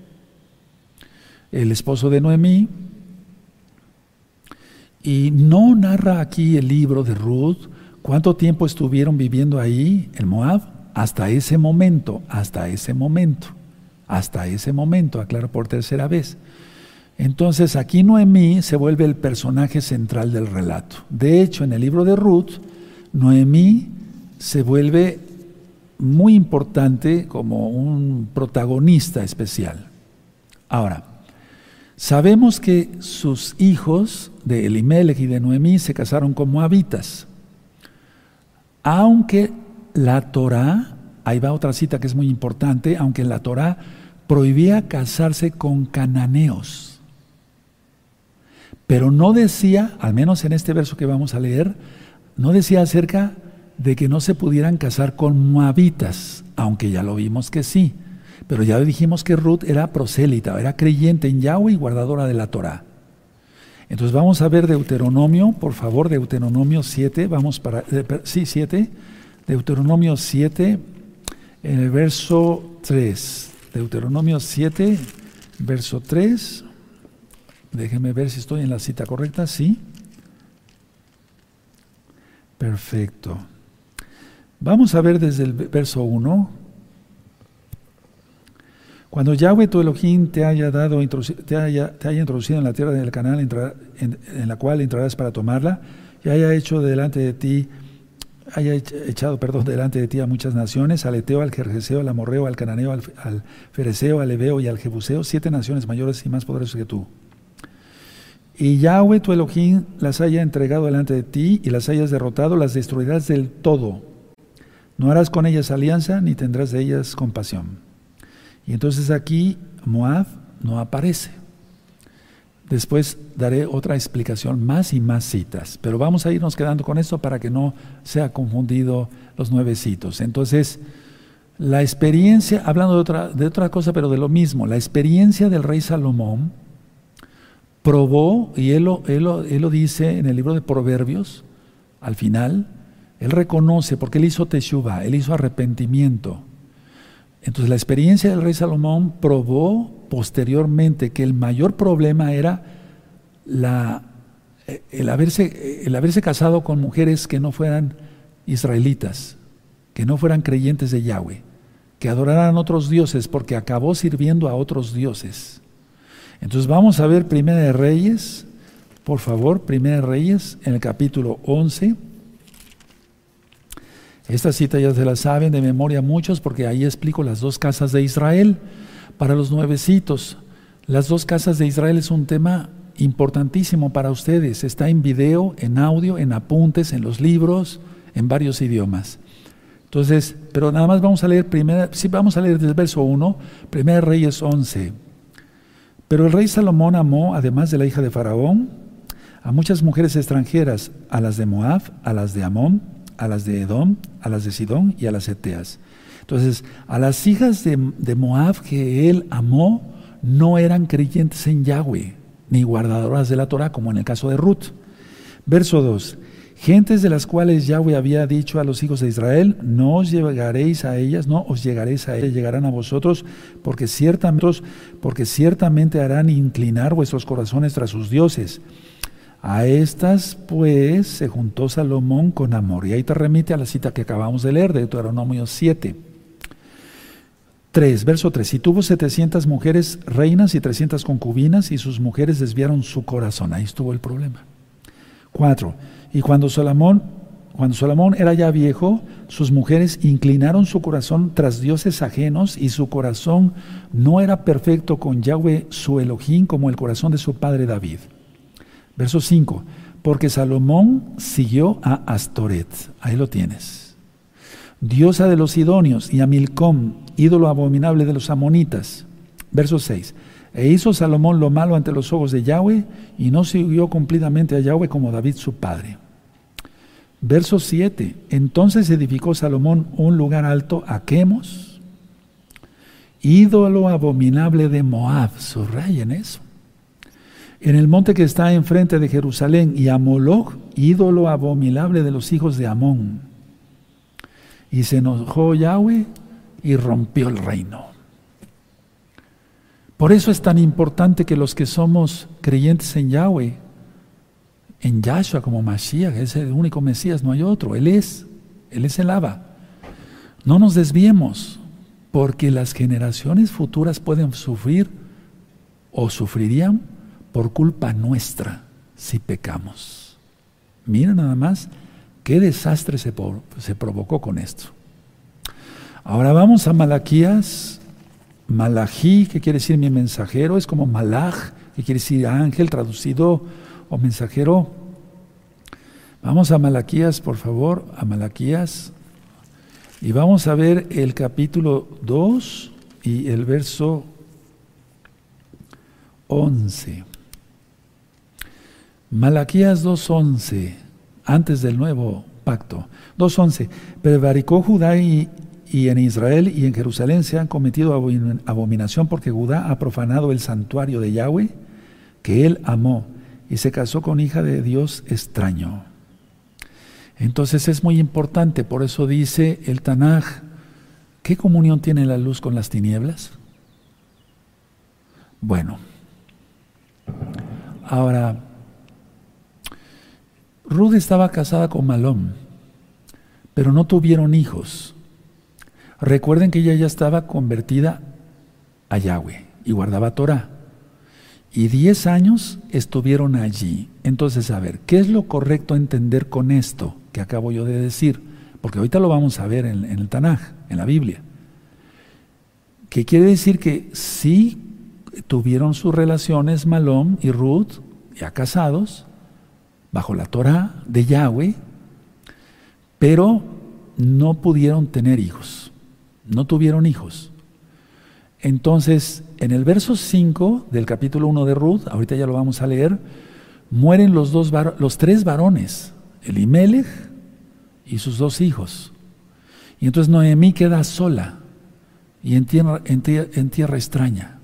Speaker 1: el esposo de Noemí. Y no narra aquí el libro de Ruth cuánto tiempo estuvieron viviendo ahí en Moab. Hasta ese momento, hasta ese momento, hasta ese momento, aclaro por tercera vez. Entonces aquí Noemí se vuelve el personaje central del relato. De hecho, en el libro de Ruth, Noemí se vuelve muy importante como un protagonista especial. Ahora, sabemos que sus hijos de Elimelech y de Noemí se casaron con moabitas, aunque la Torá, ahí va otra cita que es muy importante, aunque la Torá prohibía casarse con cananeos, pero no decía, al menos en este verso que vamos a leer, no decía acerca de que no se pudieran casar con moabitas, aunque ya lo vimos que sí, pero ya dijimos que Ruth era prosélita, era creyente en Yahweh y guardadora de la Torá. Entonces vamos a ver Deuteronomio, por favor, Deuteronomio siete, vamos para, eh, sí, siete, Deuteronomio siete, en el verso tres. Deuteronomio siete, verso tres. Déjenme ver si estoy en la cita correcta, sí. Perfecto. Vamos a ver desde el verso uno. Cuando Yahweh tu Elohim te haya dado, te haya, te haya introducido en la tierra del Canaán, en, en la cual entrarás para tomarla, y haya hecho delante de ti, haya echado, perdón, delante de ti a muchas naciones, al Eteo, al Gergeseo, al Amorreo, al Cananeo, al, al Fereceo, al Ebeo y al Jebuseo, siete naciones mayores y más poderosas que tú. Y Yahweh tu Elohim las haya entregado delante de ti y las hayas derrotado, las destruirás del todo. No harás con ellas alianza, ni tendrás de ellas compasión. Y entonces aquí Moab no aparece. Después daré otra explicación, más y más citas, pero vamos a irnos quedando con esto para que no sea confundido los nuevecitos. Entonces, la experiencia, hablando de otra, de otra cosa, pero de lo mismo, la experiencia del rey Salomón probó, y él lo, él, lo, él lo dice en el libro de Proverbios, al final, él reconoce, porque él hizo teshuvah, él hizo arrepentimiento. Entonces la experiencia del rey Salomón probó posteriormente que el mayor problema era la, el, haberse, el haberse casado con mujeres que no fueran israelitas, que no fueran creyentes de Yahweh, que adoraran otros dioses, porque acabó sirviendo a otros dioses. Entonces vamos a ver Primera de Reyes, por favor, Primera de Reyes, en el capítulo once. Esta cita ya se la saben de memoria muchos, porque ahí explico las dos casas de Israel. Para los nuevecitos, las dos casas de Israel es un tema importantísimo para ustedes. Está en video, en audio, en apuntes, en los libros, en varios idiomas. Entonces, pero nada más vamos a leer primera, sí, vamos a leer desde el verso uno, Primera Reyes once. Pero el rey Salomón amó, además de la hija de Faraón, a muchas mujeres extranjeras, a las de Moab, a las de Amón, a las de Edom, a las de Sidón y a las Eteas. Entonces, a las hijas de, de Moab que él amó, no eran creyentes en Yahweh, ni guardadoras de la Torah, como en el caso de Ruth. Verso dos. Gentes de las cuales Yahweh había dicho a los hijos de Israel, no os llegaréis a ellas, no os llegaréis a ellas, llegarán a vosotros, porque ciertamente, porque ciertamente harán inclinar vuestros corazones tras sus dioses. A estas, pues, se juntó Salomón con amor. Y ahí te remite a la cita que acabamos de leer, de Deuteronomio siete. tres, verso tres. Y tuvo setecientas mujeres reinas y trescientas concubinas, y sus mujeres desviaron su corazón. Ahí estuvo el problema. cuatro. Y cuando Salomón, cuando Salomón era ya viejo, sus mujeres inclinaron su corazón tras dioses ajenos, y su corazón no era perfecto con Yahweh su Elohim como el corazón de su padre David. Verso cinco, porque Salomón siguió a Astoret, ahí lo tienes, diosa de los sidonios, y a Milcom, ídolo abominable de los amonitas. Verso seis, e hizo Salomón lo malo ante los ojos de Yahweh, y no siguió cumplidamente a Yahweh como David su padre. Verso siete, entonces edificó Salomón un lugar alto a Quemos, ídolo abominable de Moab, subrayen eso, en el monte que está enfrente de Jerusalén, y a Moloch, ídolo abominable de los hijos de Amón. Y se enojó Yahweh y rompió el reino. Por eso es tan importante que los que somos creyentes en Yahweh, en Yahshua como Mashiach, es el único Mesías, no hay otro, Él es, Él es el Abba. No nos desviemos, porque las generaciones futuras pueden sufrir o sufrirían por culpa nuestra si pecamos. Mira nada más qué desastre se, se provocó con esto. Ahora vamos a Malaquías. Malají, que quiere decir mi mensajero, es como Malach, que quiere decir ángel traducido o mensajero. Vamos a Malaquías, por favor, a Malaquías, y vamos a ver el capítulo dos y el verso once. Malaquías dos once, antes del nuevo pacto. dos once, prevaricó Judá y, y en Israel y en Jerusalén se han cometido abominación, porque Judá ha profanado el santuario de Yahweh que él amó, y se casó con hija de Dios extraño. Entonces es muy importante, por eso dice el Tanaj, ¿qué comunión tiene la luz con las tinieblas? Bueno, ahora, Ruth estaba casada con Malón, pero no tuvieron hijos. Recuerden que ella ya estaba convertida a Yahweh y guardaba Torah. Y diez años estuvieron allí. Entonces, a ver, ¿qué es lo correcto entender con esto que acabo yo de decir? Porque ahorita lo vamos a ver en, en el Tanaj, en la Biblia. Que quiere decir que sí tuvieron sus relaciones Malom y Ruth, ya casados, bajo la Torah de Yahweh, pero no pudieron tener hijos. No tuvieron hijos. Entonces, en el verso cinco del capítulo uno de Ruth, ahorita ya lo vamos a leer, mueren los, dos var- los tres varones, Elimelech y sus dos hijos. Y entonces Noemí queda sola y en tierra, en tierra, en tierra extraña.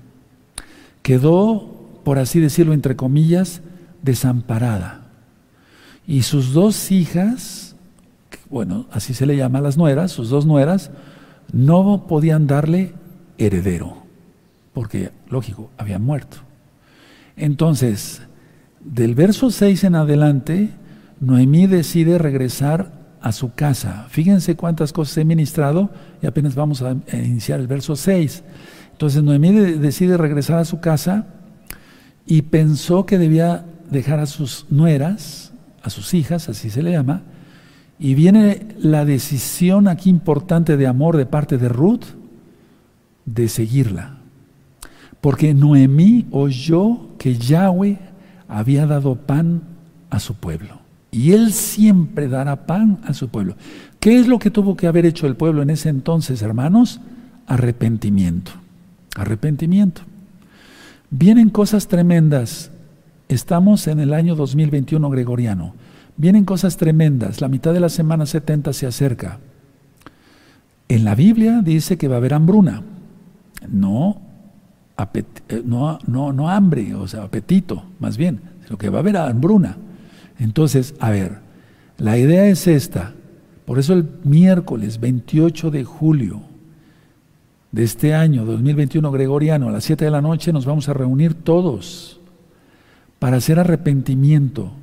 Speaker 1: Quedó, por así decirlo, entre comillas, desamparada. Y sus dos hijas, bueno, así se le llama a las nueras, sus dos nueras, no podían darle heredero, porque, lógico, habían muerto. Entonces, del verso seis en adelante, Noemí decide regresar a su casa. Fíjense cuántas cosas he ministrado y apenas vamos a iniciar el verso seis. Entonces, Noemí de, decide regresar a su casa y pensó que debía dejar a sus nueras, a sus hijas, así se le llama, y viene la decisión aquí importante de amor de parte de Ruth, de seguirla, porque Noemí oyó que Yahweh había dado pan a su pueblo y Él siempre dará pan a su pueblo. ¿Qué es lo que tuvo que haber hecho el pueblo en ese entonces, hermanos? Arrepentimiento, arrepentimiento. Vienen cosas tremendas. Estamos en el año dos mil veintiuno gregoriano. Vienen cosas tremendas. La mitad de la semana setenta se acerca. En la Biblia dice que va a haber hambruna. No, apet- no, no, no hambre, o sea, apetito, más bien, sino que va a haber hambruna. Entonces, a ver, la idea es esta. Por eso el miércoles veintiocho de julio de este año dos mil veintiuno gregoriano, a las siete de la noche, nos vamos a reunir todos para hacer arrepentimiento.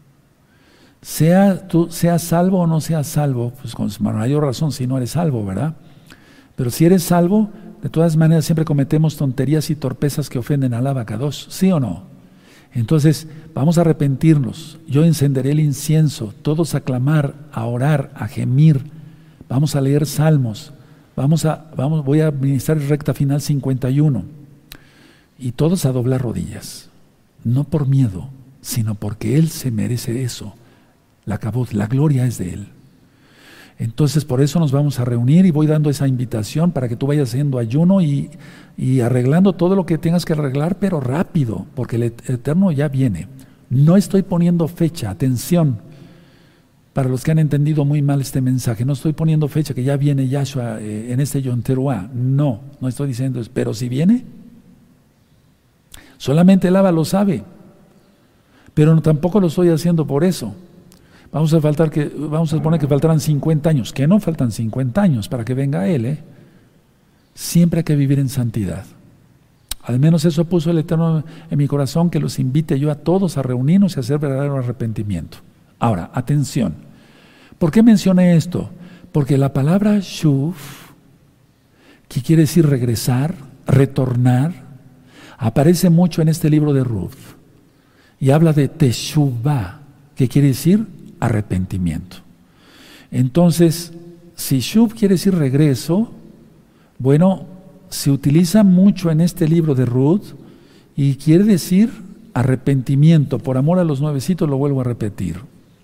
Speaker 1: Sea tú seas salvo o no seas salvo, pues con mayor razón si no eres salvo, ¿verdad? Pero si eres salvo, de todas maneras siempre cometemos tonterías y torpezas que ofenden al abacados, ¿sí o no? Entonces, vamos a arrepentirnos. Yo encenderé el incienso, todos a clamar, a orar, a gemir. Vamos a leer salmos. Vamos a, vamos, voy a ministrar el recta final cincuenta y uno. Y todos a doblar rodillas. No por miedo, sino porque Él se merece eso. La cabot, la gloria es de Él. Entonces, por eso nos vamos a reunir y voy dando esa invitación para que tú vayas haciendo ayuno y, y arreglando todo lo que tengas que arreglar, pero rápido, porque el Eterno ya viene. No estoy poniendo fecha, atención, para los que han entendido muy mal este mensaje, no estoy poniendo fecha que ya viene Yahshua eh, en este Yom Teruah, no, no estoy diciendo eso, pero si viene, solamente el Abba lo sabe, pero no, tampoco lo estoy haciendo por eso. Vamos a faltar que, vamos a suponer que faltarán cincuenta años, que no faltan cincuenta años para que venga Él, ¿eh? Siempre hay que vivir en santidad. Al menos eso puso el Eterno en mi corazón, que los invite yo a todos a reunirnos y a hacer verdadero arrepentimiento. Ahora, atención, ¿por qué mencioné esto? Porque la palabra shuv, que quiere decir regresar, retornar, aparece mucho en este libro de Ruth y habla de teshuvah, que quiere decir arrepentimiento. Entonces, si shuv quiere decir regreso, bueno, se utiliza mucho en este libro de Ruth y quiere decir arrepentimiento. Por amor a los nuevecitos lo vuelvo a repetir.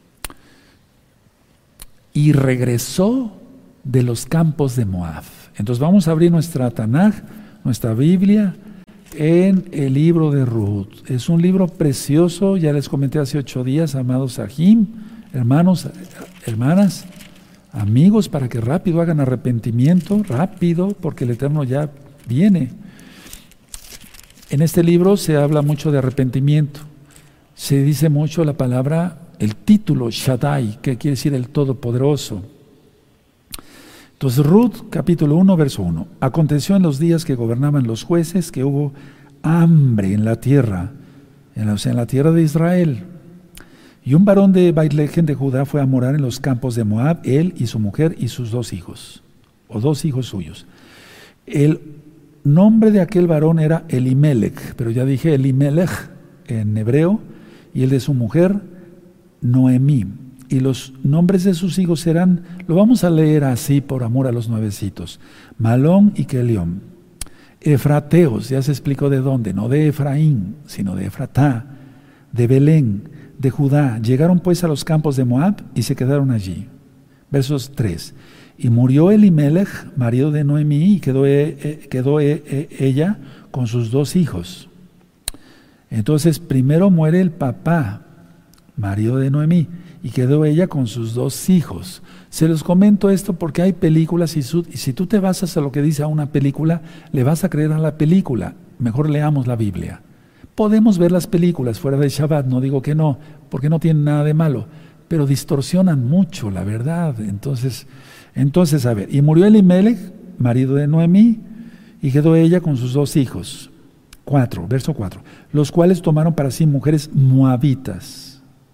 Speaker 1: Y regresó de los campos de Moab. Entonces vamos a abrir nuestra Tanaj, nuestra Biblia, en el libro de Ruth. Es un libro precioso, ya les comenté hace ocho días, amados Sahim, hermanos, hermanas, amigos, para que rápido hagan arrepentimiento, rápido, porque el Eterno ya viene. En este libro se habla mucho de arrepentimiento, se dice mucho la palabra, el título Shaddai, que quiere decir el Todopoderoso. Entonces Ruth, capítulo uno, verso uno. Aconteció en los días que gobernaban los jueces que hubo hambre en la tierra, en la, o sea, en la tierra de Israel. Y un varón de Beit-Lehem de Judá fue a morar en los campos de Moab, él y su mujer y sus dos hijos, o dos hijos suyos. El nombre de aquel varón era Elimelech, pero ya dije Elimelech en hebreo, y el de su mujer, Noemí. Y los nombres de sus hijos eran, lo vamos a leer así por amor a los nuevecitos, Malón y Kelión. Efrateos, ya se explicó de dónde, no de Efraín, sino de Efratá, de Belén, de Judá. Llegaron pues a los campos de Moab y se quedaron allí. Versos tres. Y murió Elimelech, marido de Noemí, y quedó, eh, quedó eh, ella con sus dos hijos. Entonces primero muere el papá, marido de Noemí, y quedó ella con sus dos hijos. Se los comento esto porque hay películas y, su, y si tú te basas a lo que dice a una película, le vas a creer a la película. Mejor leamos la Biblia. Podemos ver las películas fuera de Shabbat, no digo que no, porque no tienen nada de malo, pero distorsionan mucho la verdad. Entonces, entonces a ver, y murió Elimelech, marido de Noemí, y quedó ella con sus dos hijos. Cuatro, verso cuatro, los cuales tomaron para sí mujeres moabitas.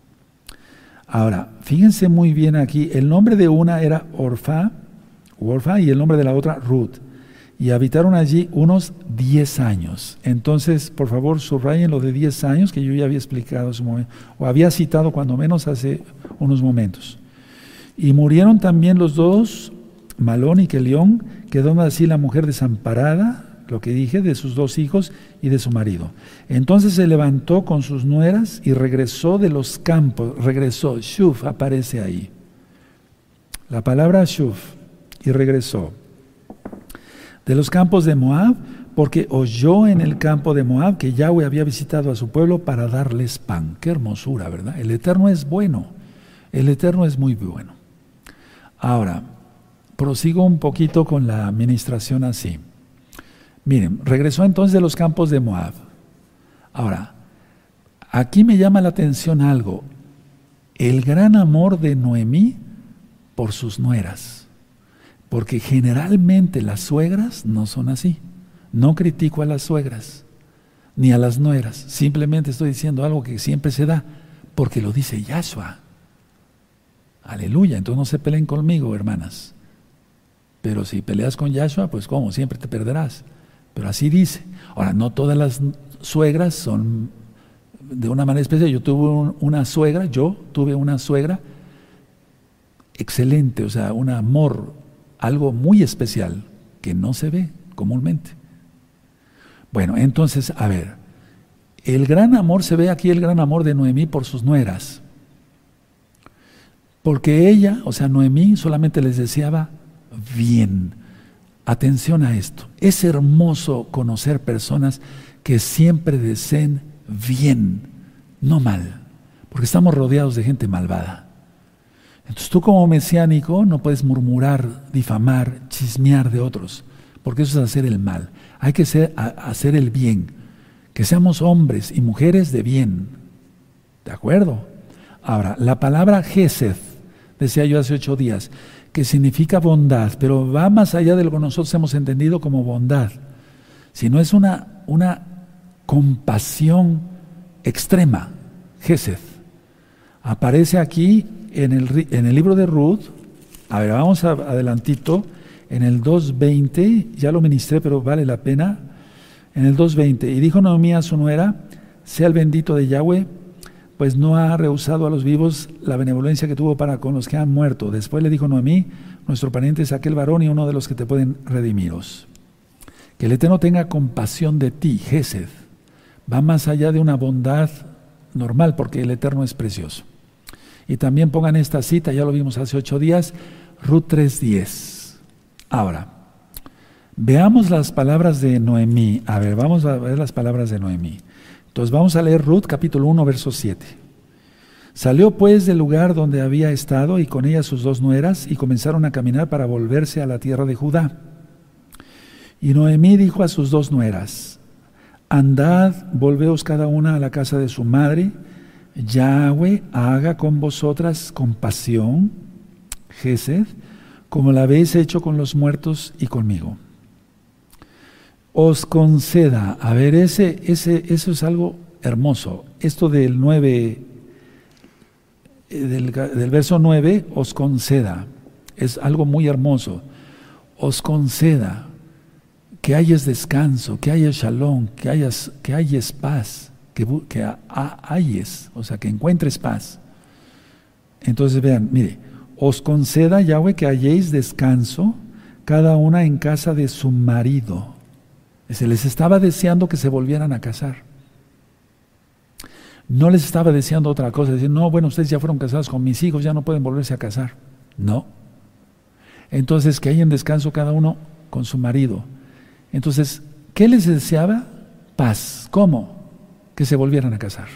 Speaker 1: Ahora, fíjense muy bien aquí, el nombre de una era Orfa, Orfa, y el nombre de la otra Ruth. Y habitaron allí unos diez años. Entonces, por favor, subrayen lo de diez años, que yo ya había explicado en su momento, o había citado cuando menos hace unos momentos. Y murieron también los dos, Malón y Kelión, quedó así la mujer desamparada, lo que dije, de sus dos hijos y de su marido. Entonces se levantó con sus nueras y regresó de los campos, regresó, Shuf aparece ahí. La palabra Shuf, y regresó de los campos de Moab, porque oyó en el campo de Moab que Yahweh había visitado a su pueblo para darles pan. Qué hermosura, ¿verdad? El Eterno es bueno, el Eterno es muy bueno. Ahora, prosigo un poquito con la administración así. Miren, regresó entonces de los campos de Moab. Ahora, aquí me llama la atención algo, el gran amor de Noemí por sus nueras, porque generalmente las suegras no son así. No critico a las suegras, ni a las nueras, simplemente estoy diciendo algo que siempre se da, porque lo dice Yahshua. Aleluya, entonces no se peleen conmigo, hermanas. Pero si peleas con Yahshua, pues ¿cómo? Siempre te perderás. Pero así dice. Ahora, no todas las suegras son de una manera especial. Yo tuve un, una suegra, yo tuve una suegra excelente, o sea, un amor, algo muy especial que no se ve comúnmente. Bueno, entonces, a ver, el gran amor, se ve aquí el gran amor de Noemí por sus nueras. Porque ella, o sea, Noemí solamente les deseaba bien. Atención a esto, es hermoso conocer personas que siempre deseen bien, no mal, porque estamos rodeados de gente malvada. Entonces tú como mesiánico no puedes murmurar, difamar, chismear de otros, porque eso es hacer el mal. Hay que ser, a, hacer el bien, que seamos hombres y mujeres de bien, ¿de acuerdo? Ahora, la palabra Gesed, decía yo hace ocho días, que significa bondad, pero va más allá de lo que nosotros hemos entendido como bondad, sino es una, una compasión extrema, Gesed. Aparece aquí en el, en el libro de Ruth, a ver, vamos a, adelantito, en el dos veinte, ya lo ministré, pero vale la pena, en el dos veinte, y dijo Noemí a su nuera, sea el bendito de Yahweh, pues no ha rehusado a los vivos la benevolencia que tuvo para con los que han muerto. Después le dijo Noemí, nuestro pariente es aquel varón y uno de los que te pueden redimiros. Que el Eterno tenga compasión de ti, Gesed. Va más allá de una bondad normal, porque el Eterno es precioso. Y también pongan esta cita, ya lo vimos hace ocho días, Ruth tres diez. Ahora, veamos las palabras de Noemí. A ver, vamos a ver las palabras de Noemí. Entonces vamos a leer Ruth capítulo uno, verso siete. Salió pues del lugar donde había estado y con ella sus dos nueras y comenzaron a caminar para volverse a la tierra de Judá. Y Noemí dijo a sus dos nueras, andad, volveos cada una a la casa de su madre, Yahweh haga con vosotras compasión, Gesed, como la habéis hecho con los muertos y conmigo. Os conceda, a ver, ese, ese, eso es algo hermoso. Esto del nueve, eh, del, del verso nueve, os conceda, es algo muy hermoso, os conceda que hayas descanso, que hayas shalom, que hayas, que hayas paz, que, que hayes, o sea, que encuentres paz. Entonces vean, mire, os conceda Yahweh que halléis descanso, cada una en casa de su marido. Se les estaba deseando que se volvieran a casar. No les estaba deseando otra cosa, decir, no, bueno, ustedes ya fueron casados con mis hijos, ya no pueden volverse a casar. No. Entonces, que hayan descanso cada uno con su marido. Entonces, ¿qué les deseaba? Paz. ¿Cómo? Que se volvieran a casar.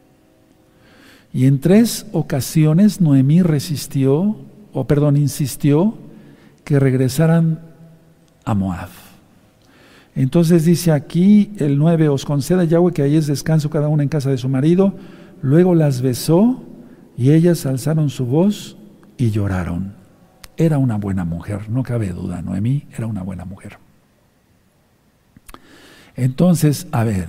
Speaker 1: Y en tres ocasiones Noemí resistió, o perdón, insistió que regresaran a Moab. Entonces dice aquí el nueve, os conceda Yahweh que hayáis descanso cada una en casa de su marido. Luego las besó y ellas alzaron su voz y lloraron. Era una buena mujer, no cabe duda, Noemí era una buena mujer. Entonces, a ver,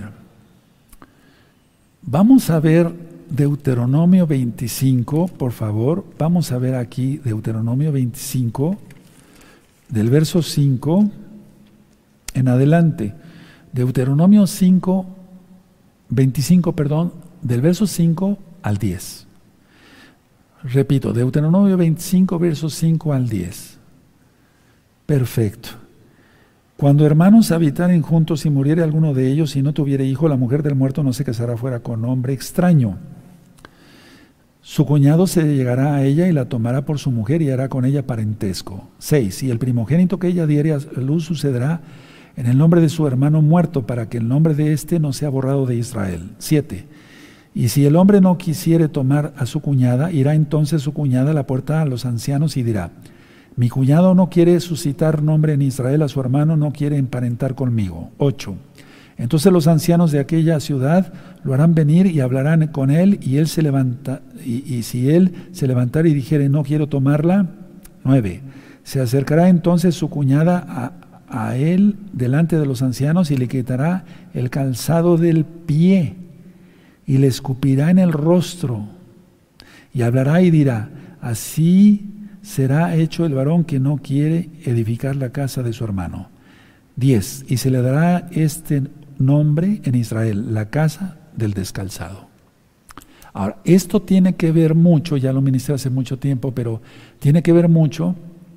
Speaker 1: vamos a ver Deuteronomio veinticinco, por favor, vamos a ver aquí Deuteronomio veinticinco, del verso cinco en adelante. Deuteronomio cinco, veinticinco, perdón, del verso cinco al diez. Repito, Deuteronomio veinticinco, versos cinco al diez. Perfecto. Cuando hermanos habitaren juntos y muriere alguno de ellos y no tuviere hijo, la mujer del muerto no se casará fuera con hombre extraño. Su cuñado se llegará a ella y la tomará por su mujer y hará con ella parentesco. seis. Y el primogénito que ella diere a luz sucederá en el nombre de su hermano muerto, para que el nombre de éste no sea borrado de Israel. siete. Y si el hombre no quisiere tomar a su cuñada, irá entonces su cuñada a la puerta a los ancianos y dirá: mi cuñado no quiere suscitar nombre en Israel, a su hermano no quiere emparentar conmigo. ocho. Entonces los ancianos de aquella ciudad lo harán venir y hablarán con él, y él se levanta, y, y si él se levantara y dijere: no quiero tomarla. nueve. Se acercará entonces su cuñada a, a él delante de los ancianos y le quitará el calzado del pie y le escupirá en el rostro y hablará y dirá: así será hecho el varón que no quiere edificar la casa de su hermano. diez. Y se le dará este nombre en Israel: la casa del descalzado. Ahora, esto tiene que ver mucho, ya lo ministré hace mucho tiempo, pero tiene que ver mucho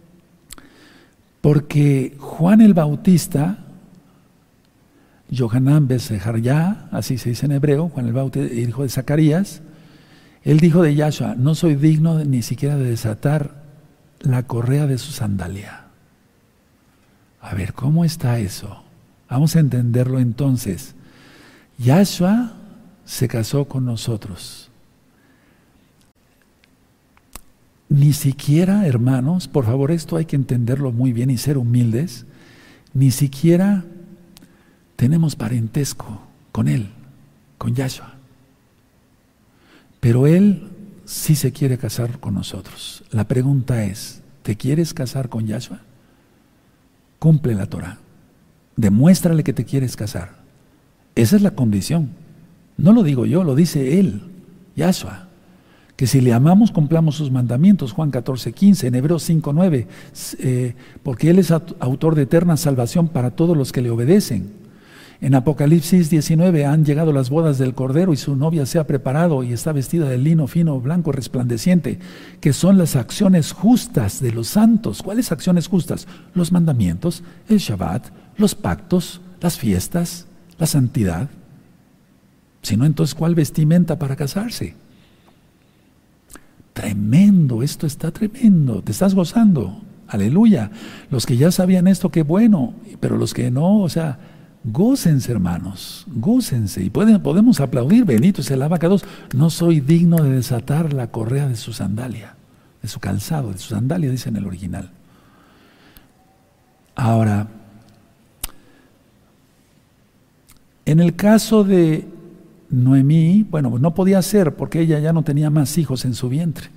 Speaker 1: porque Juan el Bautista, Yohanan ben Zacarías, así se dice en hebreo, Juan el Bautista, hijo de Zacarías, él dijo de Yahshua: no soy digno de, ni siquiera de desatar la correa de su sandalia. A ver, ¿cómo está eso? Vamos a entenderlo entonces. Yahshua se casó con nosotros. Ni siquiera, hermanos, por favor, esto hay que entenderlo muy bien y ser humildes, ni siquiera tenemos parentesco con Él, con Yahshua. Pero Él sí se quiere casar con nosotros. La pregunta es: ¿te quieres casar con Yahshua? Cumple la Torah. Demuéstrale que te quieres casar. Esa es la condición. No lo digo yo, lo dice Él, Yahshua. Que si le amamos, cumplamos sus mandamientos. Juan catorce, quince, en Hebreos cinco, nueve. Eh, porque Él es autor de eterna salvación para todos los que le obedecen. En Apocalipsis diecinueve, han llegado las bodas del Cordero y su novia se ha preparado y está vestida de lino fino, blanco, resplandeciente, que son las acciones justas de los santos. ¿Cuáles acciones justas? Los mandamientos, el Shabbat, los pactos, las fiestas, la santidad. Si no, entonces, ¿cuál vestimenta para casarse? Tremendo, esto está tremendo, te estás gozando, aleluya. Los que ya sabían esto, qué bueno, pero los que no, o sea, gócense, hermanos, gócense. Y pueden, podemos aplaudir: bendito es el abacados. No soy digno de desatar la correa de su sandalia, de su calzado, de su sandalia, dice en el original. Ahora, en el caso de Noemí, bueno, no podía ser porque ella ya no tenía más hijos en su vientre.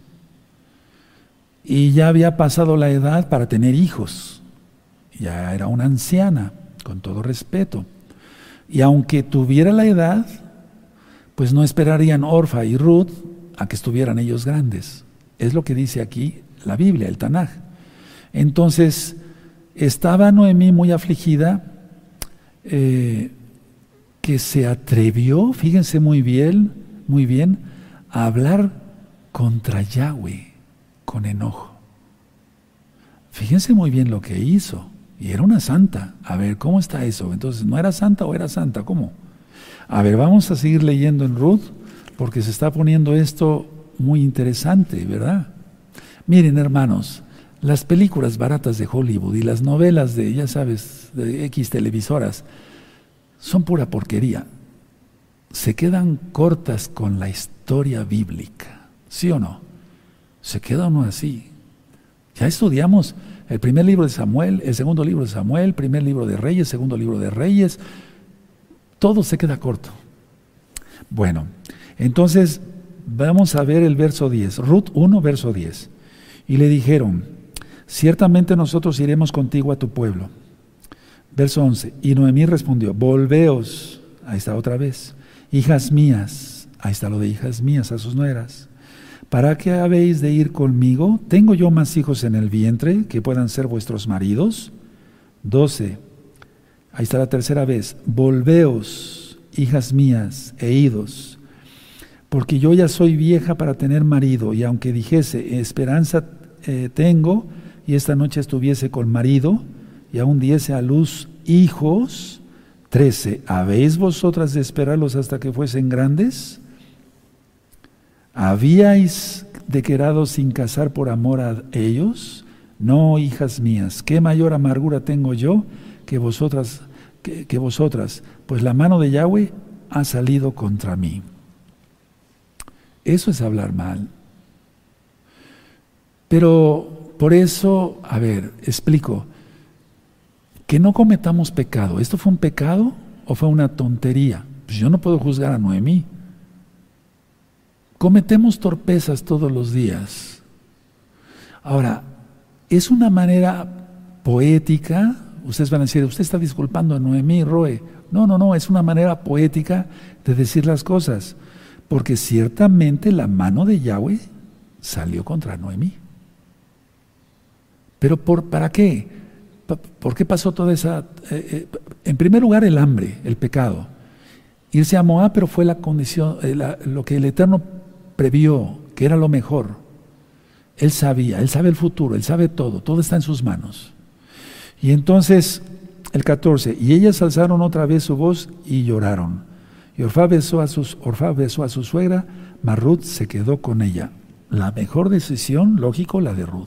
Speaker 1: Y ya había pasado la edad para tener hijos. Ya era una anciana, con todo respeto. Y aunque tuviera la edad, pues no esperarían Orfa y Ruth a que estuvieran ellos grandes. Es lo que dice aquí la Biblia, el Tanaj. Entonces, estaba Noemí muy afligida, eh, que se atrevió, fíjense muy bien, muy bien, a hablar contra Yahweh con enojo. Fíjense muy bien lo que hizo. Y era una santa. A ver, ¿cómo está eso? Entonces, ¿no era santa o era santa? ¿Cómo? A ver, vamos a seguir leyendo en Ruth, porque se está poniendo esto muy interesante, ¿verdad? Miren, hermanos, las películas baratas de Hollywood y las novelas de, ya sabes, de X televisoras, son pura porquería. Se quedan cortas con la historia bíblica, ¿sí o no? Se queda uno así. Ya estudiamos el primer libro de Samuel, el segundo libro de Samuel, primer libro de Reyes, segundo libro de Reyes. Todo se queda corto. Bueno, entonces vamos a ver el verso diez. Ruth uno, verso diez. Y le dijeron: ciertamente nosotros iremos contigo a tu pueblo. Verso once. Y Noemí respondió: volveos, ahí está otra vez, hijas mías, ahí está lo de hijas mías a sus nueras. ¿Para qué habéis de ir conmigo? ¿Tengo yo más hijos en el vientre que puedan ser vuestros maridos? doce. Ahí está la tercera vez. Volveos, hijas mías, e idos, porque yo ya soy vieja para tener marido, y aunque dijese, esperanza eh, tengo, y esta noche estuviese con marido, y aún diese a luz hijos. trece. ¿Habéis vosotras de esperarlos hasta que fuesen grandes? ¿Habíais de quedado sin casar por amor a ellos? No, hijas mías, qué mayor amargura tengo yo que vosotras, que, que vosotras, pues la mano de Yahweh ha salido contra mí. Eso es hablar mal. Pero por eso, a ver, explico, que no cometamos pecado. ¿Esto fue un pecado o fue una tontería? Pues yo no puedo juzgar a Noemí. Cometemos torpezas todos los días. Ahora, es una manera poética. Ustedes van a decir, usted está disculpando a Noemí, Roe. No, no, no, es una manera poética de decir las cosas. Porque ciertamente la mano de Yahweh salió contra Noemí. ¿Pero por, para qué? ¿Por qué pasó toda esa...? Eh, eh, en primer lugar, el hambre, el pecado. Irse a Moab, pero fue la condición, eh, la, lo que el Eterno previó, que era lo mejor. Él sabía, Él sabe el futuro, Él sabe todo, todo está en sus manos. Y entonces, el catorce, y ellas alzaron otra vez su voz y lloraron. Y Orfá besó a, sus, Orfá besó a su suegra, mas Ruth se quedó con ella. La mejor decisión, lógico, la de Ruth.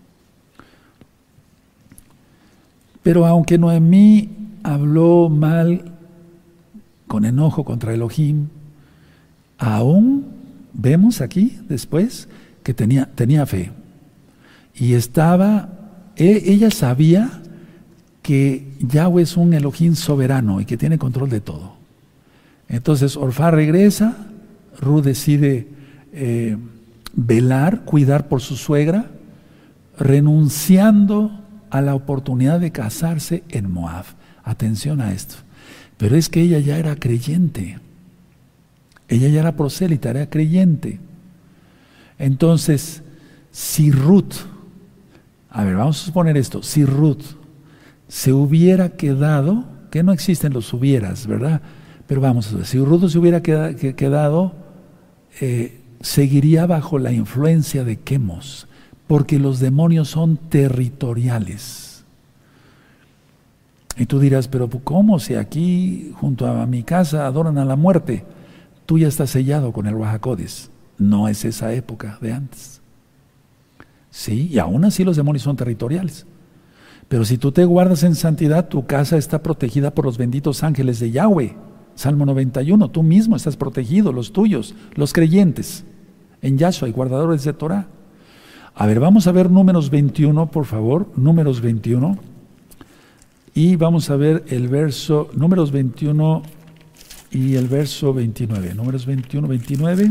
Speaker 1: Pero aunque Noemí habló mal, con enojo contra Elohim, aún vemos aquí después que tenía, tenía fe. Y estaba, ella sabía que Yahweh es un Elohim soberano y que tiene control de todo. Entonces Orfá regresa, Ruth decide eh, velar, cuidar por su suegra, renunciando a la oportunidad de casarse en Moab. Atención a esto. Pero es que ella ya era creyente. Ella ya era prosélita, era creyente. Entonces, si Ruth, a ver, vamos a suponer esto, si Ruth se hubiera quedado, que no existen los hubieras, ¿verdad? Pero vamos a ver, si Ruth se hubiera quedado, eh, seguiría bajo la influencia de Quemos, porque los demonios son territoriales. Y tú dirás, pero ¿cómo? Si aquí junto a mi casa adoran a la muerte, tú ya estás sellado con el Ruach HaKodesh. No es esa época de antes. Sí, y aún así los demonios son territoriales. Pero si tú te guardas en santidad, tu casa está protegida por los benditos ángeles de Yahweh. Salmo noventa y uno, tú mismo estás protegido, los tuyos, los creyentes, en Yahshua y guardadores de Torah. A ver, vamos a ver Números veintiuno, por favor, Números veintiuno. Y vamos a ver el verso, Números veintiuno y el verso veintinueve. Números veintiuno, veintinueve.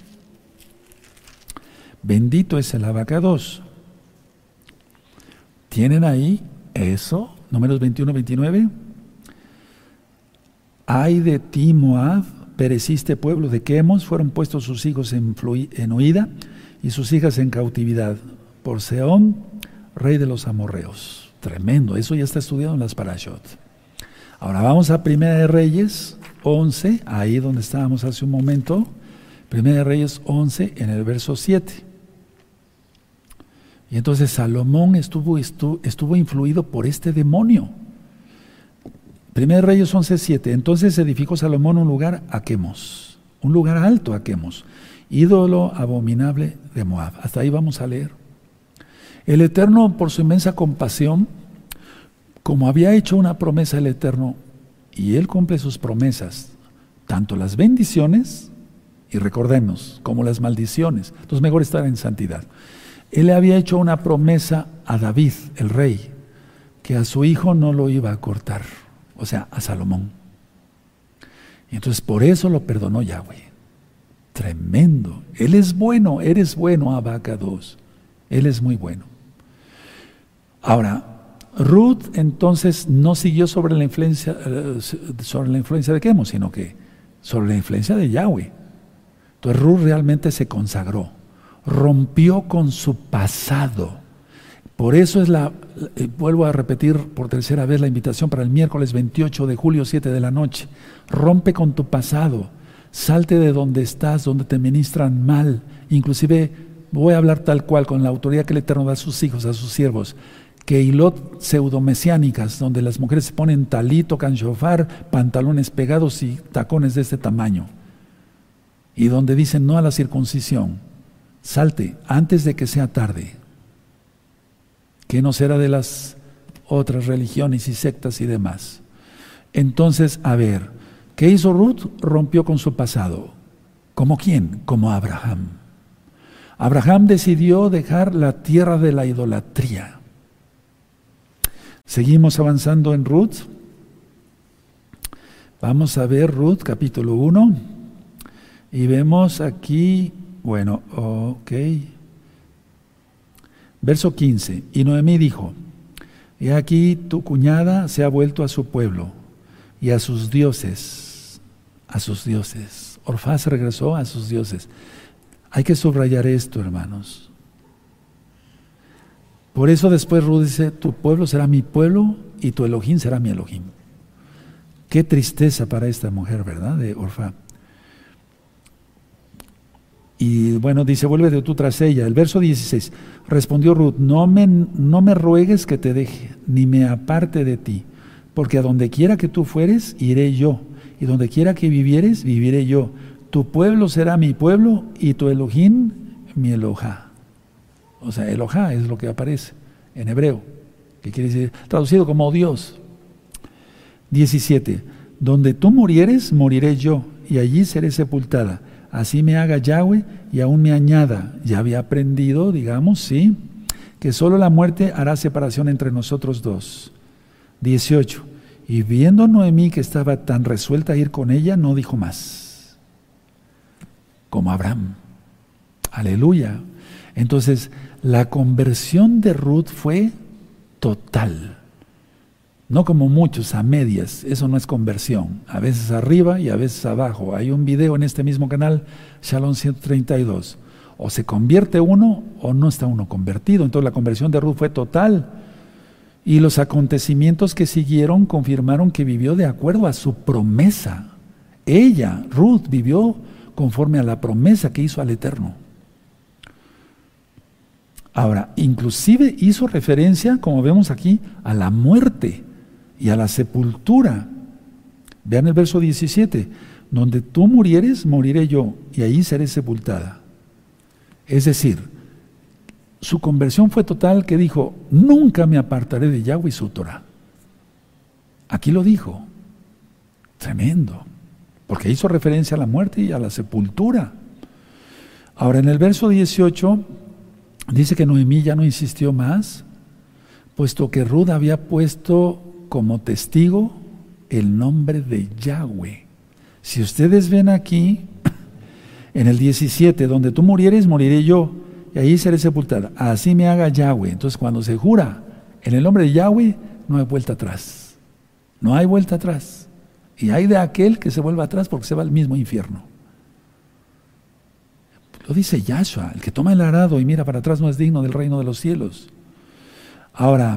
Speaker 1: Bendito es el abacados. ¿Tienen ahí eso? Números veintiuno, veintinueve. Ay de ti, Moab, pereciste pueblo de Quemos, fueron puestos sus hijos en, flui, en huida y sus hijas en cautividad por Sehón, rey de los amorreos. Tremendo, eso ya está estudiado en las Parashot. Ahora vamos a Primera de Reyes once, ahí donde estábamos hace un momento. Primera de Reyes once, en el verso siete. Y entonces Salomón estuvo, estuvo, estuvo influido por este demonio. Primera de Reyes once, siete. Entonces edificó Salomón un lugar a Quemos, un lugar alto a Quemos, ídolo abominable de Moab. Hasta ahí vamos a leer. El Eterno, por su inmensa compasión, como había hecho una promesa el Eterno, y Él cumple sus promesas, tanto las bendiciones, y recordemos, como las maldiciones. Entonces mejor estar en santidad. Él le había hecho una promesa a David, el rey, que a su hijo no lo iba a cortar, o sea, a Salomón. Y entonces por eso lo perdonó Yahweh. Tremendo. Él es bueno, eres bueno, Abacados. Él es muy bueno. Ahora, Ruth entonces no siguió sobre la influencia, sobre la influencia de Quemos, sino que sobre la influencia de Yahweh. Entonces Ruth realmente se consagró, rompió con su pasado. Por eso es la, eh, vuelvo a repetir por tercera vez la invitación para el miércoles veintiocho de julio, siete de la noche. Rompe con tu pasado, salte de donde estás, donde te ministran mal. Inclusive voy a hablar tal cual con la autoridad que el Eterno da a sus hijos, a sus siervos, que hilot pseudomesiánicas, donde las mujeres se ponen talito, canshofar, pantalones pegados y tacones de este tamaño, y donde dicen no a la circuncisión. Salte antes de que sea tarde. Que no será de las otras religiones y sectas y demás. Entonces, a ver, ¿qué hizo Ruth? Rompió con su pasado. ¿Como quién? Como Abraham. Abraham decidió dejar la tierra de la idolatría. Seguimos avanzando en Ruth. Vamos a ver Ruth capítulo uno. Y vemos aquí, bueno, ok. Verso quince. Y Noemí dijo: he aquí tu cuñada se ha vuelto a su pueblo y a sus dioses. A sus dioses. Orfá se regresó a sus dioses. Hay que subrayar esto, hermanos. Por eso después Ruth dice: tu pueblo será mi pueblo y tu Elohim será mi Elohim. Qué tristeza para esta mujer, ¿verdad? De Orfá. Y bueno, dice: vuélvete tú tras ella. El verso dieciséis. Respondió Ruth: no me, no me ruegues que te deje, ni me aparte de ti, porque a donde quiera que tú fueres, iré yo, y donde quiera que vivieres, viviré yo. Tu pueblo será mi pueblo, y tu Elohim mi Elohá. O sea, Elohá es lo que aparece en hebreo, que quiere decir, traducido como Dios. diecisiete. Donde tú murieres, moriré yo, y allí seré sepultada. Así me haga Yahweh y aún me añada. Ya había aprendido, digamos, sí, que solo la muerte hará separación entre nosotros dos. dieciocho. Y viendo Noemí que estaba tan resuelta a ir con ella, no dijo más. Como Abraham. Aleluya. Entonces, la conversión de Ruth fue total. No como muchos, a medias. Eso no es conversión. A veces arriba y a veces abajo. Hay un video en este mismo canal, Shalom ciento treinta y dos. O se convierte uno o no está uno convertido. Entonces la conversión de Ruth fue total. Y los acontecimientos que siguieron confirmaron que vivió de acuerdo a su promesa. Ella, Ruth, vivió conforme a la promesa que hizo al Eterno. Ahora, inclusive hizo referencia, como vemos aquí, a la muerte y a la sepultura. Vean el verso diecisiete. Donde tú murieres, moriré yo, y allí seré sepultada. Es decir, su conversión fue total, que dijo: nunca me apartaré de Yahweh y su Torah. Aquí lo dijo. Tremendo. Porque hizo referencia a la muerte y a la sepultura. Ahora, en el verso dieciocho, dice que Noemí ya no insistió más, puesto que Ruth había puesto como testigo el nombre de Yahweh. Si ustedes ven aquí, en el diecisiete, donde tú murieres, moriré yo, y ahí seré sepultada. Así me haga Yahweh. Entonces, cuando se jura en el nombre de Yahweh, no hay vuelta atrás. No hay vuelta atrás. Y hay de aquel que se vuelva atrás porque se va al mismo infierno. Lo dice Yahshua, el que toma el arado y mira para atrás no es digno del reino de los cielos. Ahora,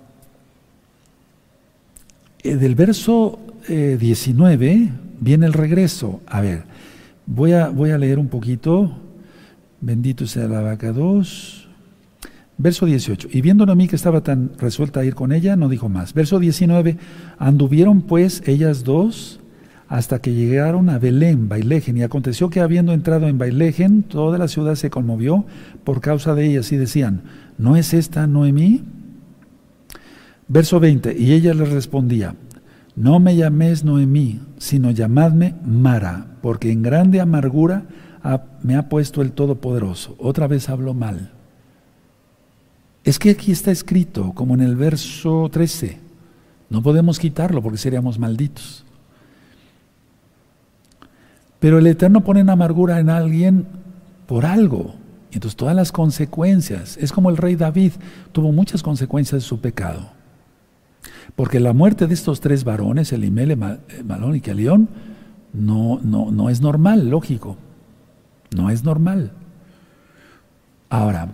Speaker 1: eh, del verso eh, diecinueve viene el regreso. A ver, voy a, voy a leer un poquito. Bendito sea el abacados. Verso dieciocho. Y viendo Noemí que estaba tan resuelta a ir con ella, no dijo más. Verso diecinueve. Anduvieron pues ellas dos hasta que llegaron a Belén, Bailejen. Y aconteció que habiendo entrado en Bailejen, toda la ciudad se conmovió por causa de ellas y decían, ¿no es esta Noemí? Verso veinte. Y ella les respondía, no me llaméis Noemí, sino llamadme Mara, porque en grande amargura ha, me ha puesto el Todopoderoso. Otra vez habló mal. Es que aquí está escrito, como en el verso trece, no podemos quitarlo porque seríamos malditos. Pero el Eterno pone en amargura en alguien por algo. Y entonces todas las consecuencias, es como el rey David, tuvo muchas consecuencias de su pecado. Porque la muerte de estos tres varones, Elimele, Malón y Kelión, no, no, no es normal, lógico. No es normal. Ahora,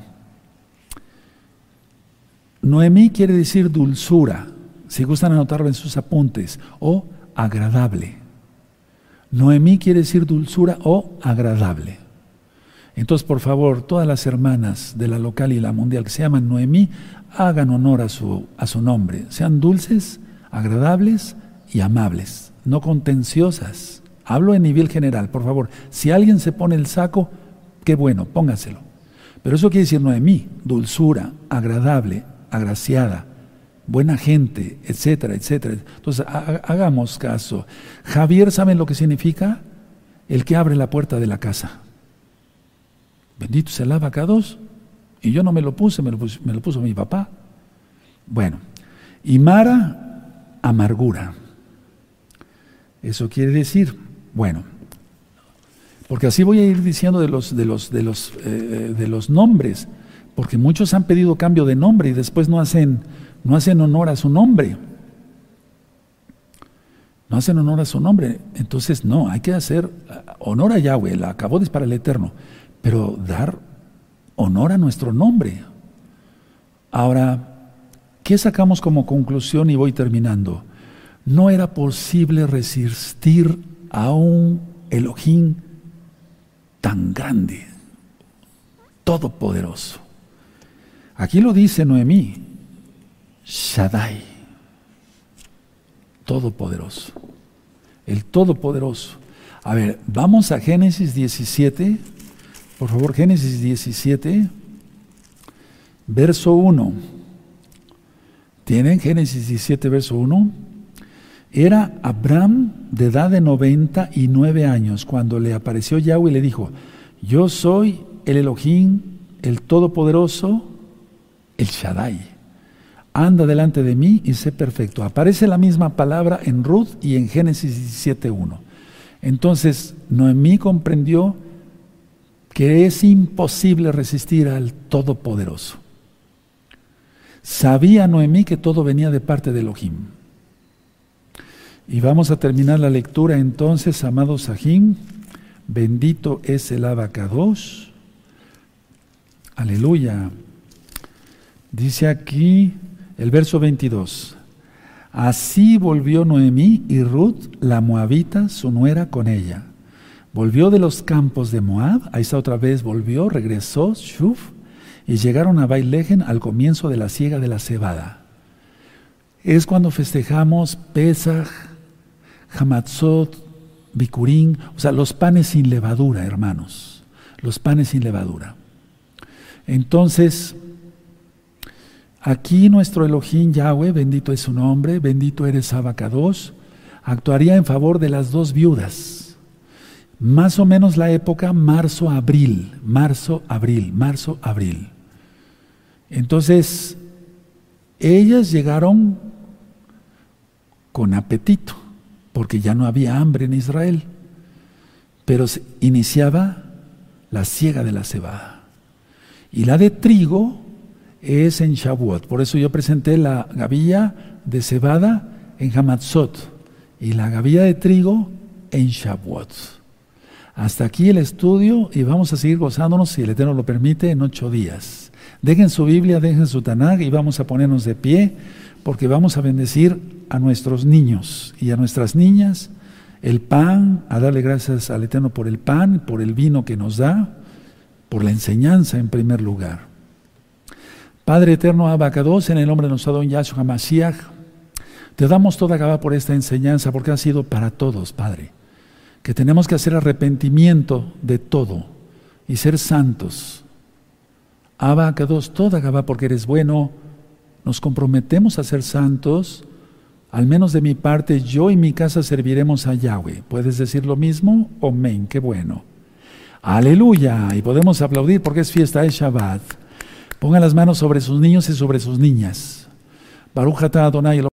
Speaker 1: Noemí quiere decir dulzura, si gustan anotarlo en sus apuntes, o agradable. Noemí quiere decir dulzura o agradable. Entonces, por favor, todas las hermanas de la local y la mundial que se llaman Noemí, hagan honor a su, a su nombre. Sean dulces, agradables y amables, no contenciosas. Hablo en nivel general, por favor. Si alguien se pone el saco, qué bueno, póngaselo. Pero eso quiere decir Noemí, dulzura, agradable, agraciada, buena gente, etcétera, etcétera. Entonces, ha, hagamos caso. Javier, ¿saben lo que significa? El que abre la puerta de la casa. Bendito sea el abacados. Y yo no me lo puse, me lo puso, me lo puso mi papá. Bueno, y Mara, amargura. Eso quiere decir, bueno, porque así voy a ir diciendo de los, de los, de los, eh, de los nombres. Porque muchos han pedido cambio de nombre y después no hacen, no hacen honor a su nombre. No hacen honor a su nombre. Entonces, no, hay que hacer honor a Yahweh, la acabó para el Eterno, pero dar honor a nuestro nombre. Ahora, ¿qué sacamos como conclusión? Y voy terminando. No era posible resistir a un Elohim tan grande, todopoderoso. Aquí lo dice Noemí, Shaddai, todopoderoso, el todopoderoso. A ver, vamos a Génesis diecisiete, por favor, Génesis diecisiete, verso uno. ¿Tienen Génesis diecisiete, verso uno? Era Abraham de edad de noventa y nueve años cuando le apareció Yahweh y le dijo, yo soy el Elohim, el todopoderoso, el Shaddai, anda delante de mí y sé perfecto. Aparece la misma palabra en Ruth y en Génesis diecisiete uno. Entonces, Noemí comprendió que es imposible resistir al Todopoderoso. Sabía Noemí que todo venía de parte de Elohim. Y vamos a terminar la lectura entonces, amados Sahim. Bendito es el Abacados. Aleluya. Dice aquí el verso veintidós. Así volvió Noemí y Ruth, la moabita, su nuera, con ella. Volvió de los campos de Moab, ahí está otra vez, volvió, regresó, shuf, y llegaron a Bailejen al comienzo de la siega de la cebada. Es cuando festejamos Pesaj, Hamatzot, Bikurín, o sea, los panes sin levadura, hermanos, los panes sin levadura. Entonces, aquí nuestro Elohim Yahweh, bendito es su nombre, bendito eres Abacados, actuaría en favor de las dos viudas. Más o menos la época marzo-abril, marzo-abril, marzo-abril. Entonces, ellas llegaron con apetito, porque ya no había hambre en Israel, pero se iniciaba la siega de la cebada. Y la de trigo es en Shavuot. Por eso yo presenté la gavilla de cebada en Hamatzot. y la gavilla de trigo en Shavuot. Hasta aquí el estudio y vamos a seguir gozándonos, si el Eterno lo permite, en ocho días. Dejen su Biblia, dejen su Tanaj y vamos a ponernos de pie porque vamos a bendecir a nuestros niños y a nuestras niñas, el pan, a darle gracias al Eterno por el pan, por el vino que nos da, por la enseñanza en primer lugar. Padre eterno, Abacados, en el nombre de nuestro don Yahshua Mashiach, te damos toda Gabá por esta enseñanza, porque ha sido para todos, Padre, que tenemos que hacer arrepentimiento de todo y ser santos. Abacados, toda Gabá, porque eres bueno, nos comprometemos a ser santos. Al menos de mi parte, yo y mi casa serviremos a Yahweh. ¿Puedes decir lo mismo? Amén, qué bueno. Aleluya, y podemos aplaudir porque es fiesta de Shabbat. Pongan las manos sobre sus niños y sobre sus niñas. Baruch atah Adonai